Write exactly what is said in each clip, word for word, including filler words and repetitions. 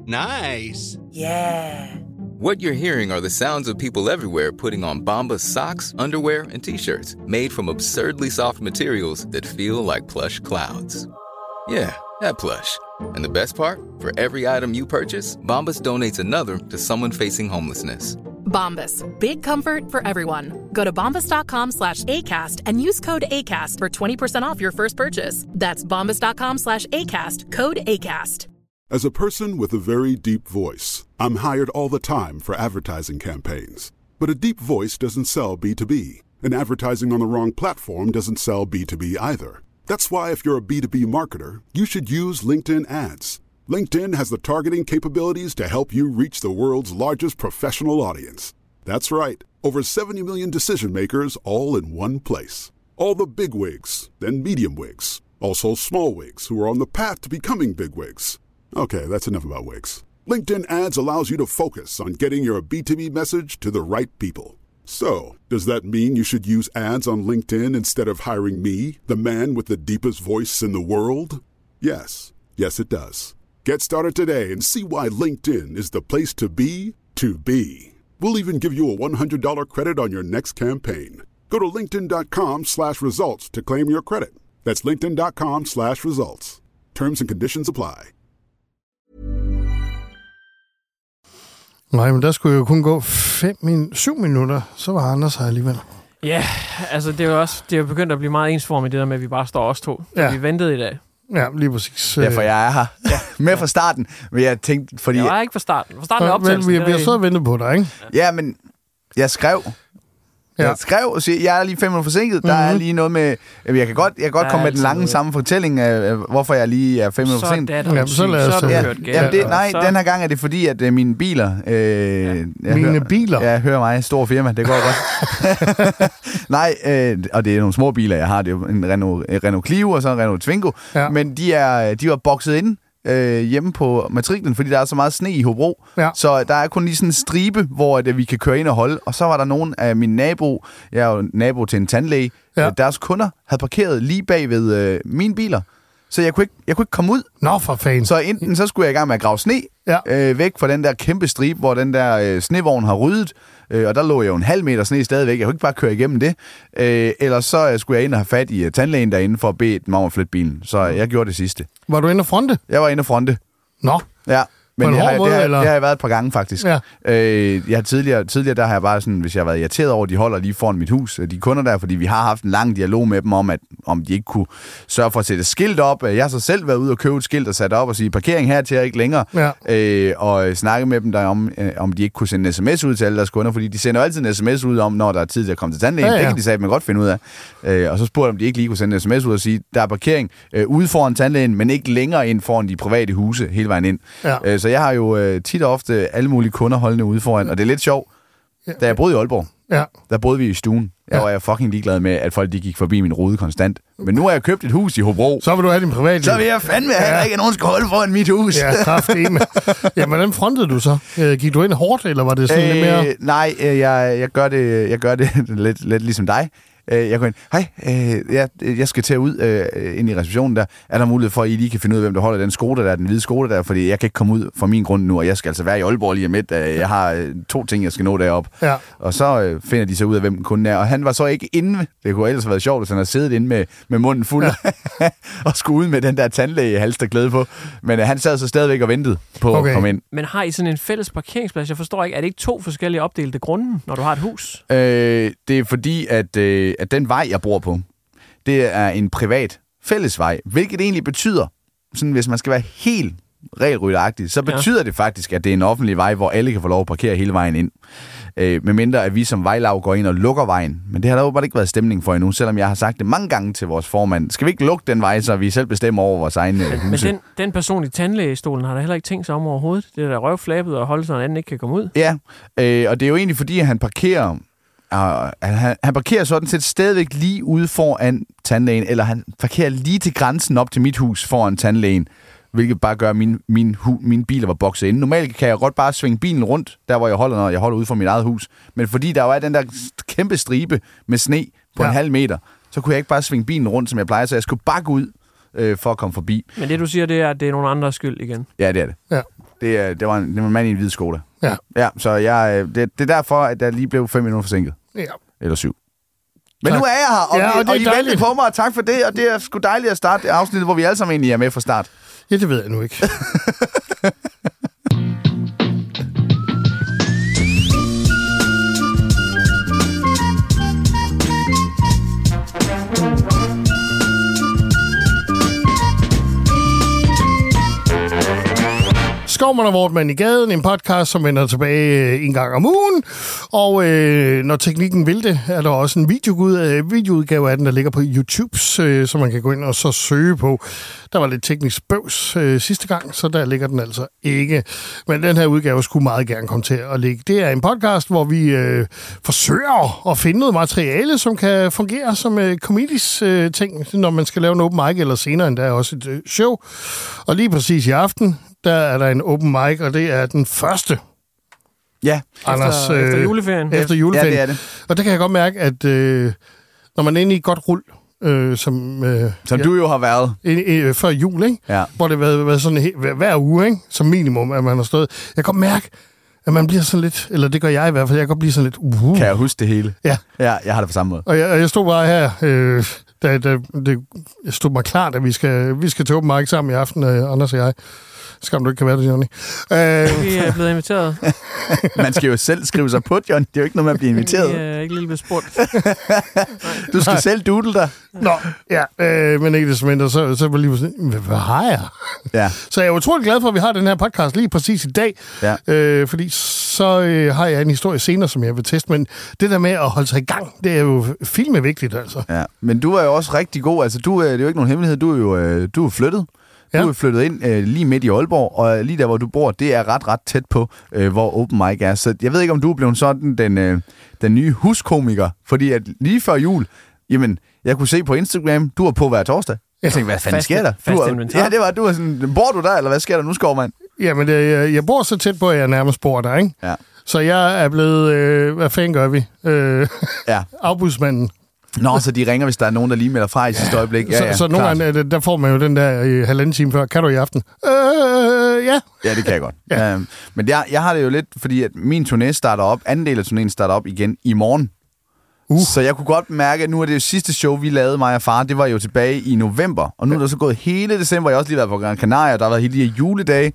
Nice. Yeah. What you're hearing are the sounds of people everywhere putting on Bombas socks, underwear, and T-shirts made from absurdly soft materials that feel like plush clouds. Yeah, that plush. And the best part? For every item you purchase, Bombas donates another to someone facing homelessness. Bombas. Big comfort for everyone. Go to bombas.com slash ACAST and use code ACAST for twenty percent off your first purchase. That's bombas.com slash ACAST. Code ACAST. As a person with a very deep voice, I'm hired all the time for advertising campaigns. But a deep voice doesn't sell B two B, and advertising on the wrong platform doesn't sell B two B either. That's why if you're a B two B marketer, you should use LinkedIn ads. LinkedIn has the targeting capabilities to help you reach the world's largest professional audience. That's right, over seventy million decision makers all in one place. All the big wigs, then medium wigs, also small wigs who are on the path to becoming big wigs. Okay, that's enough about wigs. LinkedIn ads allows you to focus on getting your B two B message to the right people. So, does that mean you should use ads on LinkedIn instead of hiring me, the man with the deepest voice in the world? Yes. Yes, it does. Get started today and see why LinkedIn is the place to be to be. We'll even give you a one hundred dollars credit on your next campaign. Go to linkedin.com slash results to claim your credit. That's linkedin.com slash results. Terms and conditions apply. Nej, men der skulle jo kun gå fem min- syv minutter, så var Anders her alligevel. Ja, altså det er jo også det er jo begyndt at blive meget ensformigt, det der med, at vi bare står os to. Ja. Vi ventede i dag. Ja, lige præcis. Ja, for jeg er her. Ja. Med fra starten. Men jeg tænkte, fordi... Jeg var ikke fra starten. Fra starten af optagelsen. Vi, vi har så ventet på dig, ikke? Ja, men jeg skrev... Ja. Jeg skrev og siger, jeg er lige fem minutter forsinket. Mm-hmm. Der er lige noget med... Jeg kan godt, jeg kan godt komme med den lange noget. samme fortælling af, hvorfor jeg lige er fem minutter forsinket. Ja, så lad os... Så ja, hørt ja, det, nej, så... den her gang er det fordi, at uh, mine biler... Øh, ja. Mine hører, biler? Ja, hører mig. Stor firma, det går godt. Nej, øh, og det er nogle små biler, jeg har. Det er jo en Renault, Renault Clio og så en Renault Twingo. Ja. Men de er, de var bokset ind øh, hjemme på matriklen, fordi der er så meget sne i Hobro. Ja. Så der er kun lige sådan en stribe, hvor at, vi kan køre ind og holde. Og så var der nogen af mine nabo, jeg er jo nabo til en tandlæge, ja. deres kunder havde parkeret lige bag ved øh, mine biler. Så jeg kunne ikke, jeg kunne ikke komme ud. Nå, for fanden. Så enten så skulle jeg i gang med at grave sne ja. øh, væk fra den der kæmpe stribe, hvor den der øh, snevogn har ryddet. Øh, og der lå jeg jo en halv meter sne stadigvæk. Jeg kunne ikke bare køre igennem det. Øh, eller så øh, skulle jeg ind og have fat i uh, tandlægen derinde for at bede dem om at flytte bilen. Så jeg gjorde det sidste. Var du inde og fronte? Jeg var inde og fronte. Nå. Ja. Men jeg har, måde, det, har, eller? det har jeg været et par gange, faktisk. Ja. Øh, jeg har tidligere, tidligere, der har jeg bare sådan, hvis jeg har været irriteret over, at de holder lige foran mit hus, de kunder der, fordi vi har haft en lang dialog med dem om, at om de ikke kunne sørge for at sætte skilt op. Jeg har så selv været ude og købe et skilt og sat op og sige, parkering her til ikke længere. Ja. Øh, og snakke med dem der om, øh, om de ikke kunne sende en sms ud til alle deres kunder, fordi de sender jo altid en sms ud om, når der er tid til at komme til tandlægen. Ja, ja. Det kan de sige, man godt finde ud af. Øh, og så spurgte om de ikke lige kunne sende en sms ud og sige, der er parkering øh, ude foran tandlægen, men ikke længere ind foran de private huse hele vejen ind. Ja. Øh, så jeg har jo øh, tit og ofte alle mulige kunder holdende ude foran, og det er lidt sjovt. Da jeg boede i Aalborg, ja. der boede vi i stuen. Jeg ja. var jeg fucking ligeglad med, at folk de gik forbi min rude konstant. Men nu har jeg købt et hus i Hobro. Så vil du have din privatliv. Så vil jeg fandme have, ja. at ikke nogen skal holde foran mit hus. Ja, kraftedeme. Ja, hvordan frontede du så? Gik du ind hårdt, eller var det sådan øh, lidt mere... Nej, jeg, jeg, gør det, jeg gør det lidt, lidt ligesom dig. Jeg går ind, hej, øh, jeg, jeg skal til at ud øh, ind i receptionen der. Er der mulighed for, at I lige kan finde ud af, hvem der holder den Skoda der, den hvide Skoda der, fordi jeg kan ikke komme ud fra min grund nu, og jeg skal altså være i Aalborg lige om lidt. Jeg har øh, to ting, jeg skal nå derop. Ja. Og så øh, finder de så ud af, hvem kunden er. Og han var så ikke inde, det kunne ellers have været sjovt, hvis han havde siddet inde med, med munden fuld ja. og skulle ud med den der tandlæge halsterklæde på. Men øh, han sad så stadigvæk og ventede på okay. at komme ind. Men har I sådan en fælles parkeringsplads? Jeg forstår ikke, er det ikke to forskellige opdelte grunde, når du har et hus? Øh, det er fordi, at... Øh, at den vej, jeg bor på, det er en privat fællesvej, hvilket egentlig betyder, sådan hvis man skal være helt regelrytteragtig, så betyder ja. det faktisk, at det er en offentlig vej, hvor alle kan få lov at parkere hele vejen ind. Øh, med mindre, at vi som vejlav går ind og lukker vejen. Men det har der jo bare ikke været stemning for endnu, selvom jeg har sagt det mange gange til vores formand. Skal vi ikke lukke den vej, så vi selv bestemmer over vores egen huse? Men den, den person i tandlægestolen har der heller ikke tænkt sig om overhovedet. Det er der røvflappet og holde sådan, at anden ikke kan komme ud. Ja, øh, og det er jo egentlig fordi, at han parkerer Uh, han, han parkerer sådan set stadigvæk lige ude foran tandlægen, eller han parkerer lige til grænsen op til mit hus foran tandlægen, hvilket bare gør, at min, min, hu, mine biler var bokset inde. Normalt kan jeg godt bare svinge bilen rundt, der hvor jeg holder, når jeg holder ude for mit eget hus. Men fordi der jo er den der kæmpe stribe med sne på ja. en halv meter, så kunne jeg ikke bare svinge bilen rundt, som jeg plejer, så jeg skulle bakke ud øh, for at komme forbi. Men det du siger, det er, at det er nogle andres skyld igen? Ja, det er det. Ja. Det, er, det, var, en, det var en mand i en hvid Skoda. Ja. Ja, så jeg, det, det er derfor, at jeg lige blev fem minutter forsinket. Ja. Eller syv. Men tak. Nu er jeg her, og, ja, og, og, og I ventede på mig, og tak for det, og det er sgu dejligt at starte afsnittet, hvor vi alle sammen egentlig er med fra start. Ja, det ved jeg nu ikke. Skovman og Vortmann i gaden, en podcast, som vender tilbage en gang om ugen. Og øh, når teknikken vil det, er der også en videoud- videoudgave af den, der ligger på YouTube, øh, som man kan gå ind og så søge på. Der var lidt teknisk bøvs øh, sidste gang, så der ligger den altså ikke. Men den her udgave skulle meget gerne komme til at ligge. Det er en podcast, hvor vi øh, forsøger at finde noget materiale, som kan fungere som øh, comedies øh, ting, når man skal lave en open mic, eller senere endda også et øh, show. Og lige præcis i aften, der er der en open mic, og det er den første. Ja. Anders, efter, øh, efter juleferien. Efter juleferien. Ja, det er det. Og der kan jeg godt mærke, at øh, når man er inde i et godt rul, øh, som, øh, som ja, du jo har været. i, i, før jul, ikke? Ja. Hvor det har været, været sådan he, hver, hver uge, ikke? Som minimum, at man har stået. Jeg kan godt mærke, at man bliver sådan lidt, eller det gør jeg i hvert fald, jeg kan godt blive sådan lidt... Uh. Kan jeg huske det hele? Ja. Ja, jeg har det på samme måde. Og jeg, og jeg stod bare her, øh, da, da det stod mig klart, at vi skal, vi skal til open mic sammen i aften, øh, Anders og jeg. Skam, du ikke kan være det, Johnny. Øh, Vi er blevet inviteret. Man skal jo selv skrive sig på, John. Det er jo ikke noget med at blive inviteret. Vi er ikke lige blevet spurgt. Du skal selv doodle dig. Nå, ja, øh, men ikke desto mindre, så, så var lige sådan, hvad har jeg? Ja. Så jeg er utrolig glad for, at vi har den her podcast lige præcis i dag, Ja. øh, fordi så øh, har jeg en historie senere, som jeg vil teste, men det der med at holde sig i gang, det er jo filme vigtigt, altså. Ja. Men du er jo også rigtig god. Altså, du, det er jo ikke nogen hemmelighed. Du er jo øh, du er flyttet. Du Ja. er flyttet ind øh, lige midt i Aalborg, og lige der, hvor du bor, det er ret, ret tæt på, øh, hvor open mic er. Så jeg ved ikke, om du er blevet sådan den, øh, den nye huskomiker, fordi at lige før jul, jamen, jeg kunne se på Instagram, du var på hver torsdag. Jeg tænkte, hvad fanden Fast- sker der? fast Du var, inventar. ja, det var, du var sådan, bor du der, eller hvad sker der nu, Skovmand? Jamen, det, jeg, jeg bor så tæt på, at jeg nærmest bor der, ikke? Ja. Så jeg er blevet, øh, hvad fanden gør vi? Øh, Ja. afbudsmanden. Nå, så de ringer, hvis der er nogen, der lige melder fra i sidste øjeblik. Ja, så, ja, så nogle klart. gange, øh, der får man jo den der øh, halvanden time før. Kan du i aften? Øh, ja. Ja, det kan jeg godt. Ja. Ja. Øhm, men jeg, jeg har det jo lidt, fordi at min turné starter op, anden del af turnéen starter op igen i morgen. Uh. Så jeg kunne godt mærke, at nu er det jo sidste show, vi lavede, mig og far, det var jo tilbage i november. Og nu er der så gået hele december, jeg har også lige været på Gran Canaria, der har været hele de her juledage.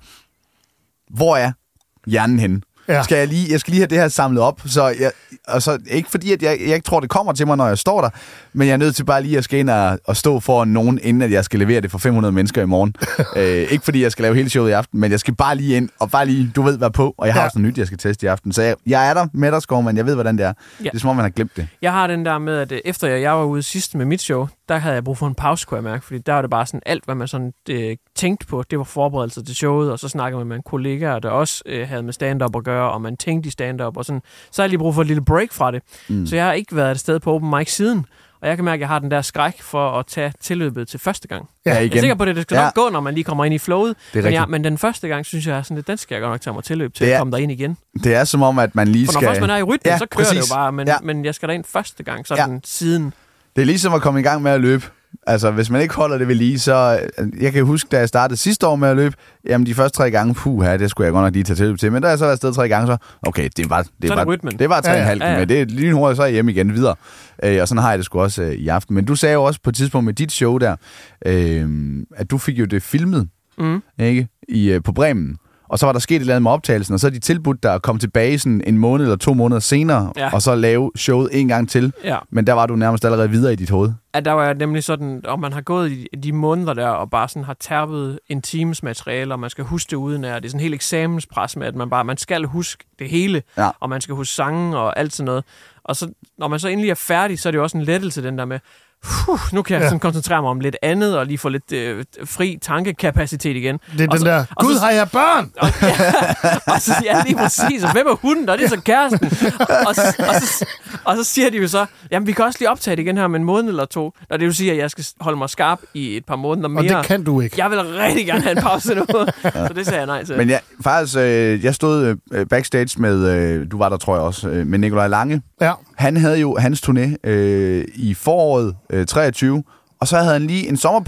Hvor er hjernen henne? Ja. Skal jeg, lige, jeg skal lige have det her samlet op, så jeg, og så, ikke fordi, at jeg, jeg ikke tror, det kommer til mig, når jeg står der, men jeg er nødt til bare lige at skal ind og, og stå for nogen, inden at jeg skal levere det for fem hundrede mennesker i morgen. øh, ikke fordi, jeg skal lave hele showet i aften, men jeg skal bare lige ind, og bare lige, du ved, hvad på, og jeg har Ja. også noget nyt, jeg skal teste i aften. Så jeg, jeg er der med dig, Skovmand, jeg ved, hvordan det er. Ja. Det er som om, man har glemt det. Jeg har den der med, at øh, efter jeg, jeg var ude sidst med mit show, der havde jeg brug for en pause, kunne jeg mærke, fordi der var det bare sådan alt, hvad man sådan øh, tænkte på, det var forberedelse til showet, og så snakkede man med en kollega, der også øh, havde med stand-up at gøre, og man tænkte i stand-up, og sådan, så har jeg lige brug for et lille break fra det. Mm. Så jeg har ikke været et sted på open mic siden, og jeg kan mærke, at jeg har den der skræk for at tage tilløbet til første gang. Ja, Jeg igen. er sikker på, at det skal Ja. nok gå, når man lige kommer ind i flowet, Det er men, ja, rigtigt. men den første gang, synes jeg, er sådan lidt, den skal jeg godt nok tage mig tilløb til Det er- at komme derind igen. Det er som om, at man lige For når skal... først man er i rytmen, Ja, så kører præcis. det jo bare, men, Ja. men jeg skal derind første gang, sådan ja. siden. Det er ligesom at komme i gang med at løbe. Altså, hvis man ikke holder det ved lige, så... Jeg kan huske, da jeg startede sidste år med at løbe, jamen de første tre gange, puha, det skulle jeg godt nok lige tage til til. Men da jeg så været afsted tre gange, så... Okay, det var... Det Så er var, det rytmen. det var tre og en halv, Ja, ja. men det er lige hurtigt, så er jeg hjemme igen videre. Øh, og sådan har jeg det sgu også øh, i aften. Men du sagde jo også på et tidspunkt med dit show der, øh, at du fik jo det filmet, Mm. ikke? I, øh, på Bremen. Og så var der sket et eller andet med optagelsen, og så er de tilbudt dig at komme tilbage sådan en måned eller to måneder senere, Ja. og så lave showet en gang til. Ja. Men der var du nærmest allerede videre i dit hoved. At der var nemlig sådan, om man har gået i de måneder der, og bare sådan har tærpet en times materiale, og man skal huske det uden af. Det er sådan en helt eksamenspres med, at man bare, man skal huske det hele, Ja. og man skal huske sange og alt sådan noget. Og så, når man så endelig er færdig, så er det jo også en lettelse, den der med, Puh, nu kan jeg Ja. sådan koncentrere mig om lidt andet, og lige få lidt øh, fri tankekapacitet igen. Det er Og den så- der, og Gud, så- har jeg børn? Og, ja, og så siger jeg lige præcis, og hvem er hunden? Og det er så kæresten. Og, så- og, så, og så siger de jo så, jamen vi kan også lige optage det igen her om en måned eller to. Og det vil sige, at jeg skal holde mig skarp i et par måneder mere. Og det kan du ikke. Jeg vil rigtig gerne have en pause nu. Så det sagde jeg nej til. Men jeg, faktisk, øh, jeg stod øh, backstage med, øh, du var der tror jeg også, øh, med Nikolaj Lange. Ja. Han havde jo hans turné øh, i foråret øh, treogtyve, og så havde han lige en sommerpause.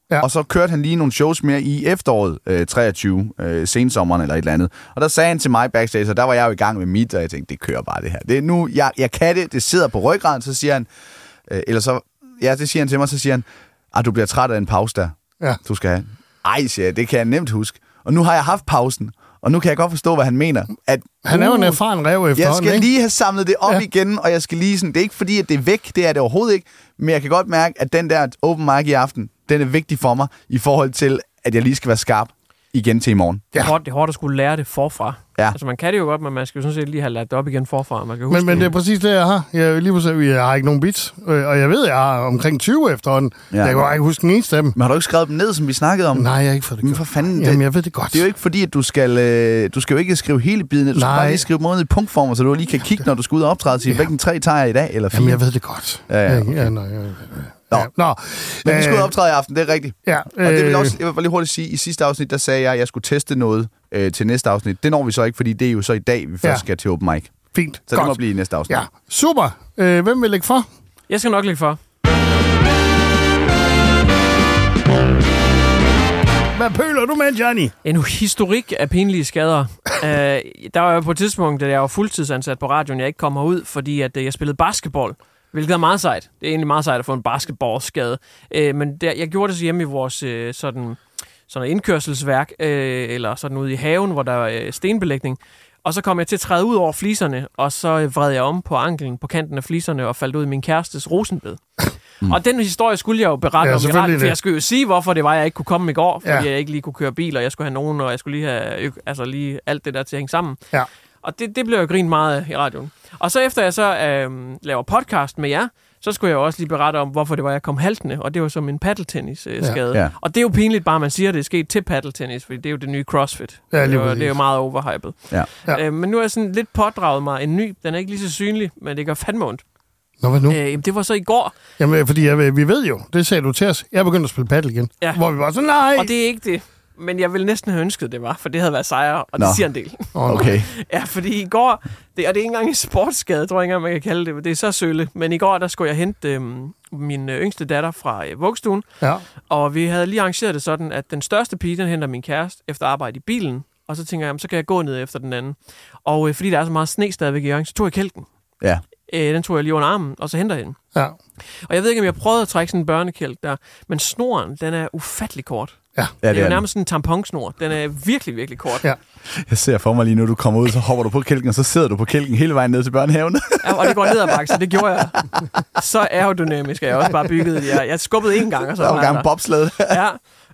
Ja. Og så kørte han lige nogle shows mere i efteråret øh, treogtyve, øh, sensommeren eller et eller andet. Og der sagde han til mig backstage, og der var jeg jo i gang med mit, og jeg tænkte, det kører bare det her. Det er nu, jeg, jeg kan det, det sidder på ryggraden, så siger han, øh, eller så, ja, det siger han til mig, så siger han, ah, du bliver træt af en pause der, ja. Du skal have. Ej, siger jeg, det kan jeg nemt huske. Og nu har jeg haft pausen, og nu kan jeg godt forstå, hvad han mener. At, han er jo en erfaren rev efterhånden, jeg skal ikke? lige have samlet det op ja. igen, og jeg skal lige sådan, det er ikke fordi, at det er væk, det er det overhovedet ikke, men jeg kan godt mærke, at den der open mic i aften, den er vigtig for mig, i forhold til, at jeg lige skal være skarp igen til i morgen. Ja. Det er hårdt, det er hårdt at skulle lære det forfra. Ja. Altså, man kan det jo godt, men man skal jo sådan set lige have lært det op igen forfra. Man kan huske men, men det er præcis det, jeg har. Jeg, lige præcis, jeg har ikke nogen bits, og jeg ved, jeg har omkring tyve efterhånden. Ja. Jeg kan bare ikke huske den eneste af dem. Men har du ikke skrevet dem ned, som vi snakkede om? Nej, jeg har ikke fået det. Men for fanden, Jamen, jeg ved det godt. Det er jo ikke fordi, at du skal, øh, du skal jo ikke skrive hele biden ned. Du skal Nej. bare lige skrive dem ned i punktformer, så du lige kan kigge, når du skal ud og optræde til, ja. hvilken tre tager jeg i dag, eller fire. Jamen, jeg ved det godt. Ja, ja, okay. ja, nej, ja, ja. Nå. Ja. Nå. Men vi skulle optræde i aften, det er rigtigt. Ja, øh... Og det vil også, jeg vil bare lige hurtigt sige, i sidste afsnit, der sagde jeg, at jeg skulle teste noget øh, til næste afsnit. Det når vi så ikke, fordi det er jo så i dag, vi først ja. skal til open mic. Fint. Så godt. Det må blive i næste afsnit. Ja, super. Øh, hvem vil lægge for? Jeg skal nok lægge for. Hvad pøler du med, Johnny? En historik af pinlige skader. uh, der var jo på et tidspunkt, da jeg var fuldtidsansat på radioen, jeg ikke kom herud, fordi at, uh, jeg spillede basketball. Hvilket er meget sejt. Det er egentlig meget sejt at få en basketballskade. Uh, men der, jeg gjorde det så hjemme i vores uh, sådan, sådan indkørselsværk, uh, eller sådan ude i haven, hvor der var uh, stenbelægning. Og så kom jeg til at træde ud over fliserne, og så vred jeg om på anklen, på kanten af fliserne, og faldt ud i min kærestes rosenbed. Mm. Og den historie skulle jeg jo berette ja, om i radioen, for jeg skulle jo sige, hvorfor det var, jeg ikke kunne komme i går, fordi ja. jeg ikke lige kunne køre bil, og jeg skulle have nogen, og jeg skulle lige have altså lige alt det der til at hænge sammen. Ja. Og det, det blev jo grint meget i radioen. Og så efter jeg så øh, laver podcast med jer, så skulle jeg jo også lige berette om, hvorfor det var, jeg kom haltende, og det var som en paddeltennis-skade. Øh, ja. Ja. Og det er jo pinligt bare, man siger, at det er sket til paddeltennis, fordi det er jo det nye CrossFit. Ja, det, var, det er jo meget overhypet. Ja. Ja. Øh, men nu er jeg sådan lidt pådraget mig en ny. Den er ikke lige så synlig, men det gør fandme ondt. Nå, hvad nu? Øh, det var så i går. Jamen, fordi jeg, vi ved jo, det sagde du til os, jeg er begyndt at spille paddle igen. Ja. Hvor vi var så, nej! Og det er ikke det. Men jeg ville næsten have ønsket, det var, for det havde været sejre, og Nå. det siger en del. Okay. Ja, fordi i går, det, og det er ikke engang en sportsskade, tror jeg ikke engang, man kan kalde det, det er så sølle. Men i går, der skulle jeg hente øhm, min yngste datter fra øh, vuggestuen, ja. Og vi havde lige arrangeret det sådan, at den største pige, den henter min kæreste efter arbejde i bilen, og så tænker jeg, så kan jeg gå ned efter den anden. Og øh, fordi der er så meget sne stadigvæk i Jørgen, så tog jeg kælken. Ja. Øh, den tog jeg lige under armen, og så henter jeg den. Ja. Og jeg ved ikke, om jeg prøvede at trække sådan en børnekælk der, men snoren, den er ufattelig kort. Ja. Ja, det, det er jo nærmest sådan en tamponsnor. Den er virkelig, virkelig kort. Ja. Jeg ser for mig lige nu, du kommer ud, så hopper du på kælken, og så sidder du på kælken hele vejen ned til børnehaven. Ja, og det går ned ad bakke, så det gjorde jeg. Så aerodynamisk er jeg også bare bygget. Jeg, jeg skubbede en gang, og så var der. Der var gang bobsled. Ja,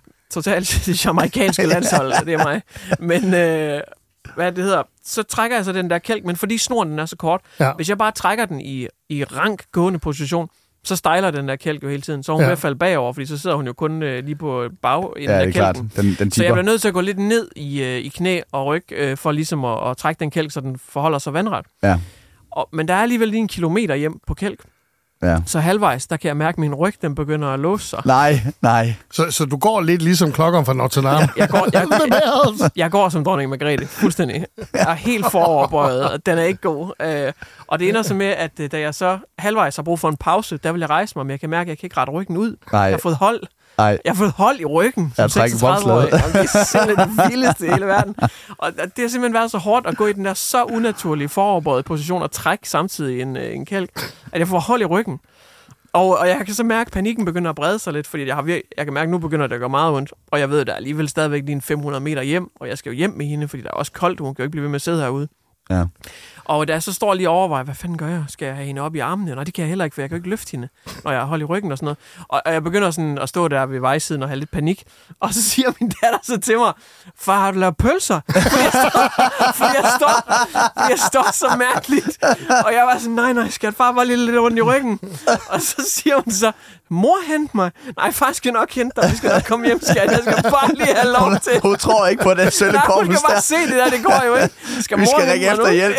totalt det jamaikanske landshold, det er mig. Men øh, hvad det hedder, så trækker jeg så den der kælk, men fordi snoren den er så kort, ja. Hvis jeg bare trækker den i, i rank gående position, så stejler den der kælk jo hele tiden. Så hun ja. Vil falde bagover, fordi så sidder hun jo kun øh, lige på bag i ja, den der kælken. Den, den så jeg bliver nødt til at gå lidt ned i, øh, i knæ og ryg, øh, for ligesom at, at trække den kælk, så den forholder sig vandret. Ja. Og, men der er alligevel lige en kilometer hjem på kælk. Ja. Så halvvejs, der kan jeg mærke, at min ryg, den begynder at låse sig. Nej, nej. Så, så du går lidt ligesom klokken fra Notre Dame? Jeg, jeg, går, jeg, jeg går som dronning Margrethe, fuldstændig. Jeg er helt foroverbøjet, og den er ikke god. Øh, og det ender så med, at da jeg så halvvejs har brug for en pause, der vil jeg rejse mig, men jeg kan mærke, at jeg kan ikke rette ryggen ud. Nej. Jeg har fået hold. Ej. Jeg har fået hold i ryggen som seksogtredive-årig, og det er simpelthen det vildeste i hele verden. Og det har simpelthen været så hårdt at gå i den der så unaturlige foroverbøjede position og trække samtidig en, en kælk, at jeg får hold i ryggen. Og, og jeg kan så mærke, at panikken begynder at brede sig lidt, fordi jeg, har vir- jeg kan mærke, at nu begynder det at gøre meget ondt. Og jeg ved, at der er alligevel stadigvæk lige en fem hundrede meter hjem, og jeg skal jo hjem med hende, fordi der er også koldt, hun kan jo ikke blive ved med at sidde herude. Ja. Og da jeg så står lige og overvejer, hvad fanden gør jeg? Skal jeg have hende op i armene? Nej, det kan jeg heller ikke, for jeg kan jo ikke løfte hende, når jeg holder i ryggen og sådan noget. Og, og jeg begynder sådan at stå der ved vejsiden og have lidt panik. Og så siger min datter så til mig, far, har du lavet pølser? Fordi jeg står, fordi jeg står, fordi jeg står så mærkeligt. Og jeg var sådan, nej, nej, skal far bare lige lidt rundt i ryggen? Og så siger hun så, mor, hente mig. Nej, far skal nok hente dig. Vi skal nok komme hjem, skat. Jeg skal bare lige have lov til. Hun, hun tror ikke på den sølle korpus der. Hun kan bare se det der, det går jo ikke. Skal vi skal ringe efter hjælp.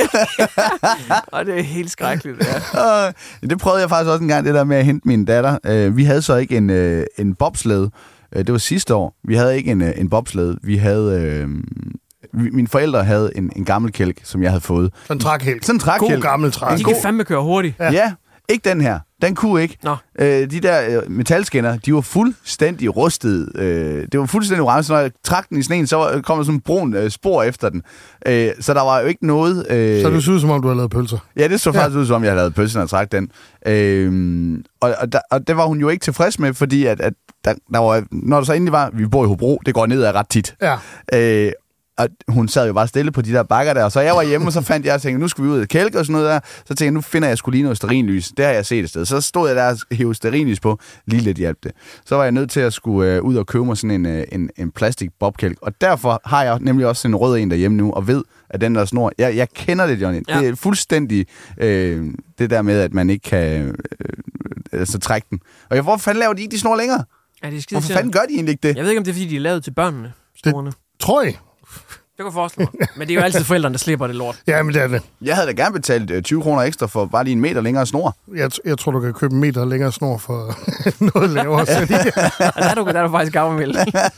Ja. Og det er helt skrækkeligt, ja. Uh, det prøvede jeg faktisk også en gang, det der med at hente min datter. Uh, vi havde så ikke en, uh, en bobsled. Uh, det var sidste år. Vi havde ikke en, uh, en bobsled. Vi havde... Uh, vi, mine forældre havde en, en gammel kælk, som jeg havde fået. Sådan en trækælk. Sådan en trækælk. God gammel trækælk. De kan fandme køre hurtigt. Ja. Ja. Ikke den her. Den kunne ikke. Øh, de der øh, metalskinner, de var fuldstændig rustede. Øh, det var fuldstændig orange. Så når jeg trak den i sneen, så kom der sådan en brun øh, spor efter den. Øh, så der var jo ikke noget... Øh... Så det så ud, som om du havde lavet pølser? Ja, det så faktisk ja. ud, som om jeg havde lavet pølser, når jeg trak den. Øh, og, og, der, og det var hun jo ikke tilfreds med, fordi at, at der, der var, når der så endelig var... Vi bor i Hobro, det går nedad ret tit. Ja. Øh, og hun sad jo bare stille på de der bakker der, og så jeg var hjemme, og så fandt jeg og tænkte, nu skal vi ud og kælke og sådan noget der. Så tænkte jeg, nu finder jeg sgu lige noget stearinlys. Det har jeg set et sted. Så stod jeg der og hævde stearinlys på, lige lidt hjælp det. Så var jeg nødt til at skulle øh, ud og købe mig sådan en, en, en plastik bobkælk. Og derfor har jeg nemlig også en rød en derhjemme nu, og ved, at den der snor, jeg, jeg kender det, Johnny. Ja. Det er fuldstændig øh, det der med, at man ikke kan øh, altså, trække den. Og jeg, hvorfor fanden laver de ikke de snor længere? Ja, det er skide hvorfor fanden gør de egentlig ikke det? Jeg ved ikke, om det er, fordi de er lavet til børnene. Snorene. Det tror jeg. Det kan forestille mig. Men det er jo altid forældrene, der slipper det lort. Ja, men det er det. Jeg havde da gerne betalt tyve kroner ekstra for bare lige en meter længere snor. Jeg, jeg tror, du kan købe en meter længere snor for noget lavere. Så ja, der, er du, der er du faktisk gavmild.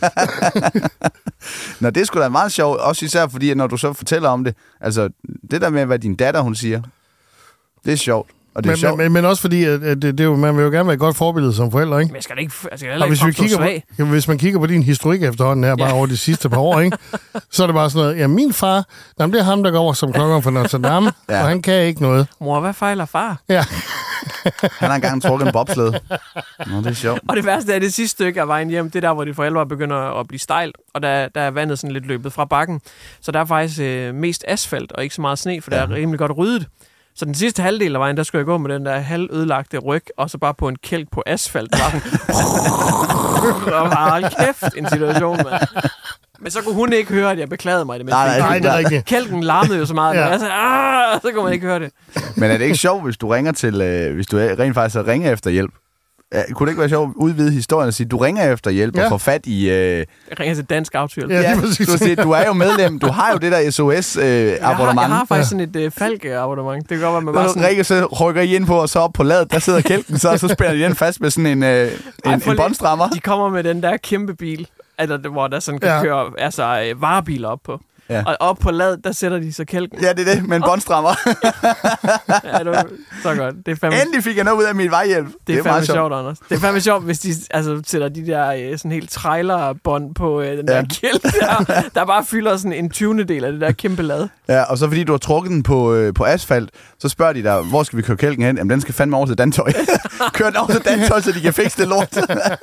Nå, det er sgu da meget sjovt. Også især fordi, at når du så fortæller om det. Altså, det der med, hvad din datter, hun siger. Det er sjovt. Og det er men, sjovt. Men, men også fordi, at, at det, det er jo, man vil jo gerne være et godt forbillede som forældre, ikke? Men jeg skal da ikke, altså, jeg skal hvis, ikke vi kigger på, ja, hvis man kigger på din historik efterhånden her, bare ja. over de sidste par år, ikke? Så er det bare sådan noget, ja, min far, jamen, det er ham, der går over som klokken for Notre Dame, ja. og han kan ikke noget. Mor, hvad fejler far? Ja. Han har engang trukket en bobsled. Nå, det er sjovt. Og det værste er, det sidste stykke af vejen hjem, det er der, hvor de forældre begynder at blive stejlt, og der, der er vandet sådan lidt løbet fra bakken. Så der er faktisk øh, mest asfalt og ikke så meget sne, for ja. der er rimelig godt ryddet. Så den sidste halvdel af vejen, der skulle jeg gå med den der halvødelagte ryg, og så bare på en kælk på asfalt. Og hold kæft, en situation, man. Men så kunne hun ikke høre, at jeg beklagede mig. Det, nej, nej, det er rigtigt. Kælken larmede jo så meget, ja. og jeg sagde, ah, så kunne man ikke høre det. Men er det ikke sjovt, hvis du ringer til, øh, hvis du rent faktisk ringer efter hjælp? Kunne det ikke være sjovt at udvide historien og sige, du ringer efter hjælp ja. og får fat i... Øh... Jeg ringer til Dansk Autohjælp. Ja, ja, du, siger, du er jo medlem. Du har jo det der S O S-abonnement. Øh, jeg, har, jeg har faktisk ja. sådan et øh, Falke-abonnement. Det kan godt være, man bare sådan... Rikke, så rykker I ind på, og så op på ladet, der sidder kælken, så, så spænder de den fast med sådan en, øh, en, Ej, en båndstrammer. De kommer med den der kæmpe bil, altså, hvor der sådan kan ja. køre altså, øh, varebiler op på. Ja. Og op på lad, der sætter de så kælken. Ja, det er det, med en båndstrammer. Ja, det var så godt. Det er fandme... Endelig fik jeg noget ud af min vejhjælp. Det er, det er fandme sjovt, Anders. Det er fandme sjovt, hvis de altså, sætter de der sådan helt trailerbånd på øh, den ja. der kælk der, der bare fylder sådan en tyvende del af det der kæmpe lad. Ja, og så fordi du har trukket den på, øh, på asfalt, så spørger de dig, hvor skal vi køre kælken hen? Jamen, den skal fandme over til Dantøj. Kør den over til Dantøj, så de kan fikse det lort.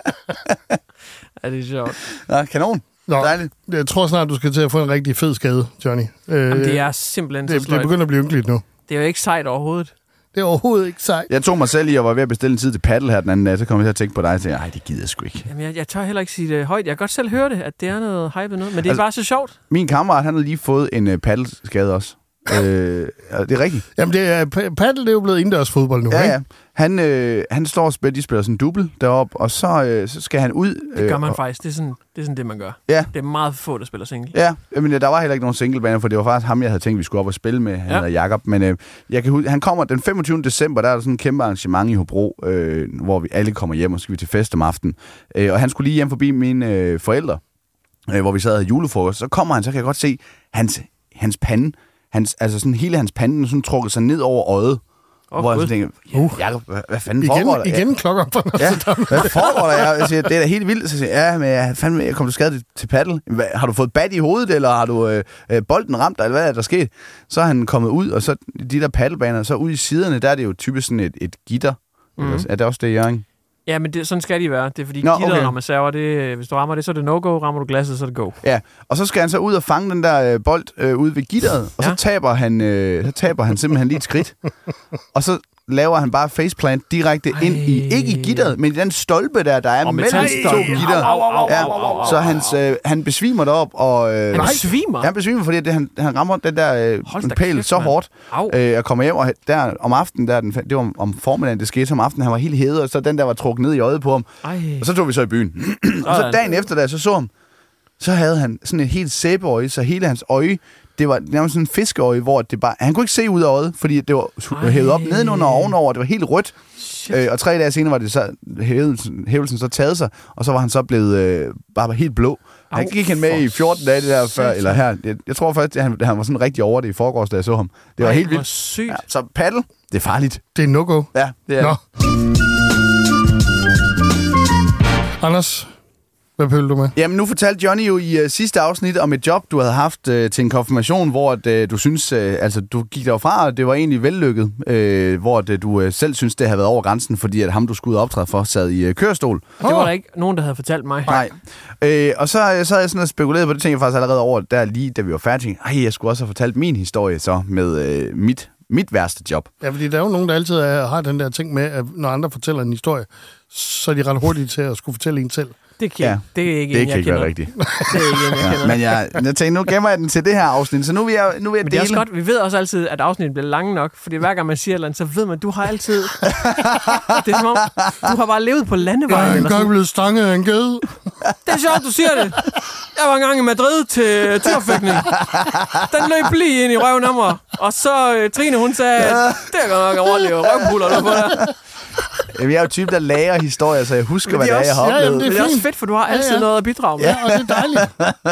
Ja, det er sjovt. Ja, kanon. Nå, jeg tror snart, du skal til at få en rigtig fed skade, Johnny. Jamen, det er simpelthen det, så sløjt. Det begynder at blive ynkeligt nu. Det er jo ikke sejt overhovedet. Det er overhovedet ikke sejt. Jeg tog mig selv i, og var ved at bestille en tid til paddle her den anden dag, så kom jeg til at tænke på dig og tænkte, ej, det gider jeg sgu ikke. Jamen, jeg, jeg tør heller ikke sige det højt. Jeg kan godt selv høre det, at det er noget hype noget, men det er altså, bare så sjovt. Min kammerat, han har lige fået en uh, paddelskade også. øh, det er rigtigt. Jamen, det er, paddle det er jo blevet indendørs fodbold nu, ja, ikke? Ja. Han, øh, han står og spiller, de spiller sådan en double deroppe, og så, øh, så skal han ud. Det gør man øh, faktisk. Det er, sådan, det er sådan det, man gør. Ja. Det er meget få, der spiller single. Ja, men der var heller ikke nogen singlebaner, for det var faktisk ham, jeg havde tænkt, vi skulle op og spille med. Han ja. hedder Jakob. Men øh, jeg kan, han kommer den femogtyvende december, der er der sådan en kæmpe arrangement i Hobro, øh, hvor vi alle kommer hjem, og så skal vi til fest om aftenen. Øh, og han skulle lige hjem forbi mine øh, forældre, øh, hvor vi sad og havde julefrokost. Så kommer han, så kan jeg godt se hans, hans pande, hans, altså sådan hele hans pande, sådan trukket sig ned over øjet. Oh, hvor jeg så tænker, uh. Jacob, hvad, hvad fanden igen, foregår der? Igen ja. klokker på ja, hvad foregår der? Jeg siger, det er da helt vildt. Så siger jeg, ja, men jeg, fandme, jeg kom til skade til paddle. Hvad, har du fået bat i hovedet, eller har du øh, bolden ramt dig, eller hvad er der sket? Så er han kommet ud, og så de der paddlebaner, så ude i siderne, der er det jo typisk sådan et, et gitter. Mm. Er det også det, Jørgen? Ja, men det, sådan skal de være. Det er fordi, gitteret, okay. når man server det, hvis du rammer det, så er det no-go. Rammer du glasset, så er det go. Ja, og så skal han så ud og fange den der øh, bold øh, ude ved gitteret, og ja. så taber han, øh, så taber han simpelthen lige et skridt. Og så laver han bare faceplant direkte Ej. ind i, ikke i gitteret, men i den stolpe der, der er og mellem de to gitter. Ja, så hans, øh, han besvimer derop og... Øh, han besvimer? Ja, han besvimer, fordi det, han, han rammer den der øh, pæl kæft, så hårdt. Øh, jeg kommer hjem, og der om aftenen, der, den, det var om formiddagen, det skete om aftenen, han var helt hævet, og så den der var trukket ned i øjet på ham. Ej. Og så tog vi så i byen. Og så dagen efter, da jeg så så ham, så havde han sådan et helt sæbeøje, så hele hans øje, det var nærmest sådan en fiskeøje, hvor det bare... Han kunne ikke se ud af øjet, fordi det var Ej. hævet op nedenunder og ovenover. Det var helt rødt. Øh, og tre dage senere var det så hævelsen, hævelsen så taget sig, og så var han så blevet øh, bare helt blå. Han gik han med i fjorten dage det der før, eller her. Jeg, jeg tror faktisk, at han, han var sådan rigtig over det i forgårs, da jeg så ham. Det var Ej, helt vildt. Sygt. Ja, så paddle, Det er farligt. Det er no-go. Ja, det er Nå. det. Anders, hvad pøller du med? Jamen, nu fortalte Johnny jo i uh, sidste afsnit om et job, du havde haft uh, til en konfirmation, hvor at, uh, du synes, uh, altså du gik derfra, og det var egentlig vellykket, uh, hvor at, uh, du uh, selv synes, det havde været over grænsen, fordi at ham, du skulle optræde for, sad i uh, kørestol. Det var der ikke nogen, der havde fortalt mig. Nej. Uh, og så, så havde jeg sådan spekuleret på det, tænkte jeg faktisk allerede over, der lige da vi var færdige. Ej, jeg skulle også have fortalt min historie så med uh, mit, mit værste job. Ja, fordi der er jo nogen, der altid er, har den der ting med, at når andre fortæller en historie, så er de ret hurtige til at skulle fortælle en selv. Det, kan, ja, det er ikke det en, kan jeg ikke være kender. rigtigt. Det er ikke en, jeg ja, kender. Men jeg, jeg tænkte, nu gemmer jeg den til det her afsnit, så nu vil jeg, nu vil jeg Men dele. det er også godt, vi ved også altid, at afsnittet bliver lange nok, fordi hver gang man siger et eller andet, så ved man, at du har altid... det er som om, du har bare levet på landevejen. Jeg er eller engang sådan. blevet stanget af en gede. Det er sjovt, du siger det. Jeg var engang i Madrid til tyrfægtning. Den løb lige ind i røven af mig. Og så uh, Trine, hun sagde, at det er godt nok ordentligt røvpuller, du på der. Jamen, jeg er jo typen, der lærer historier, så jeg husker, hvad det er, også, jeg har ja, oplevet. jamen, Det er også fedt, for du har altid ja, ja. noget at bidrage med. Ja, og det er dejligt.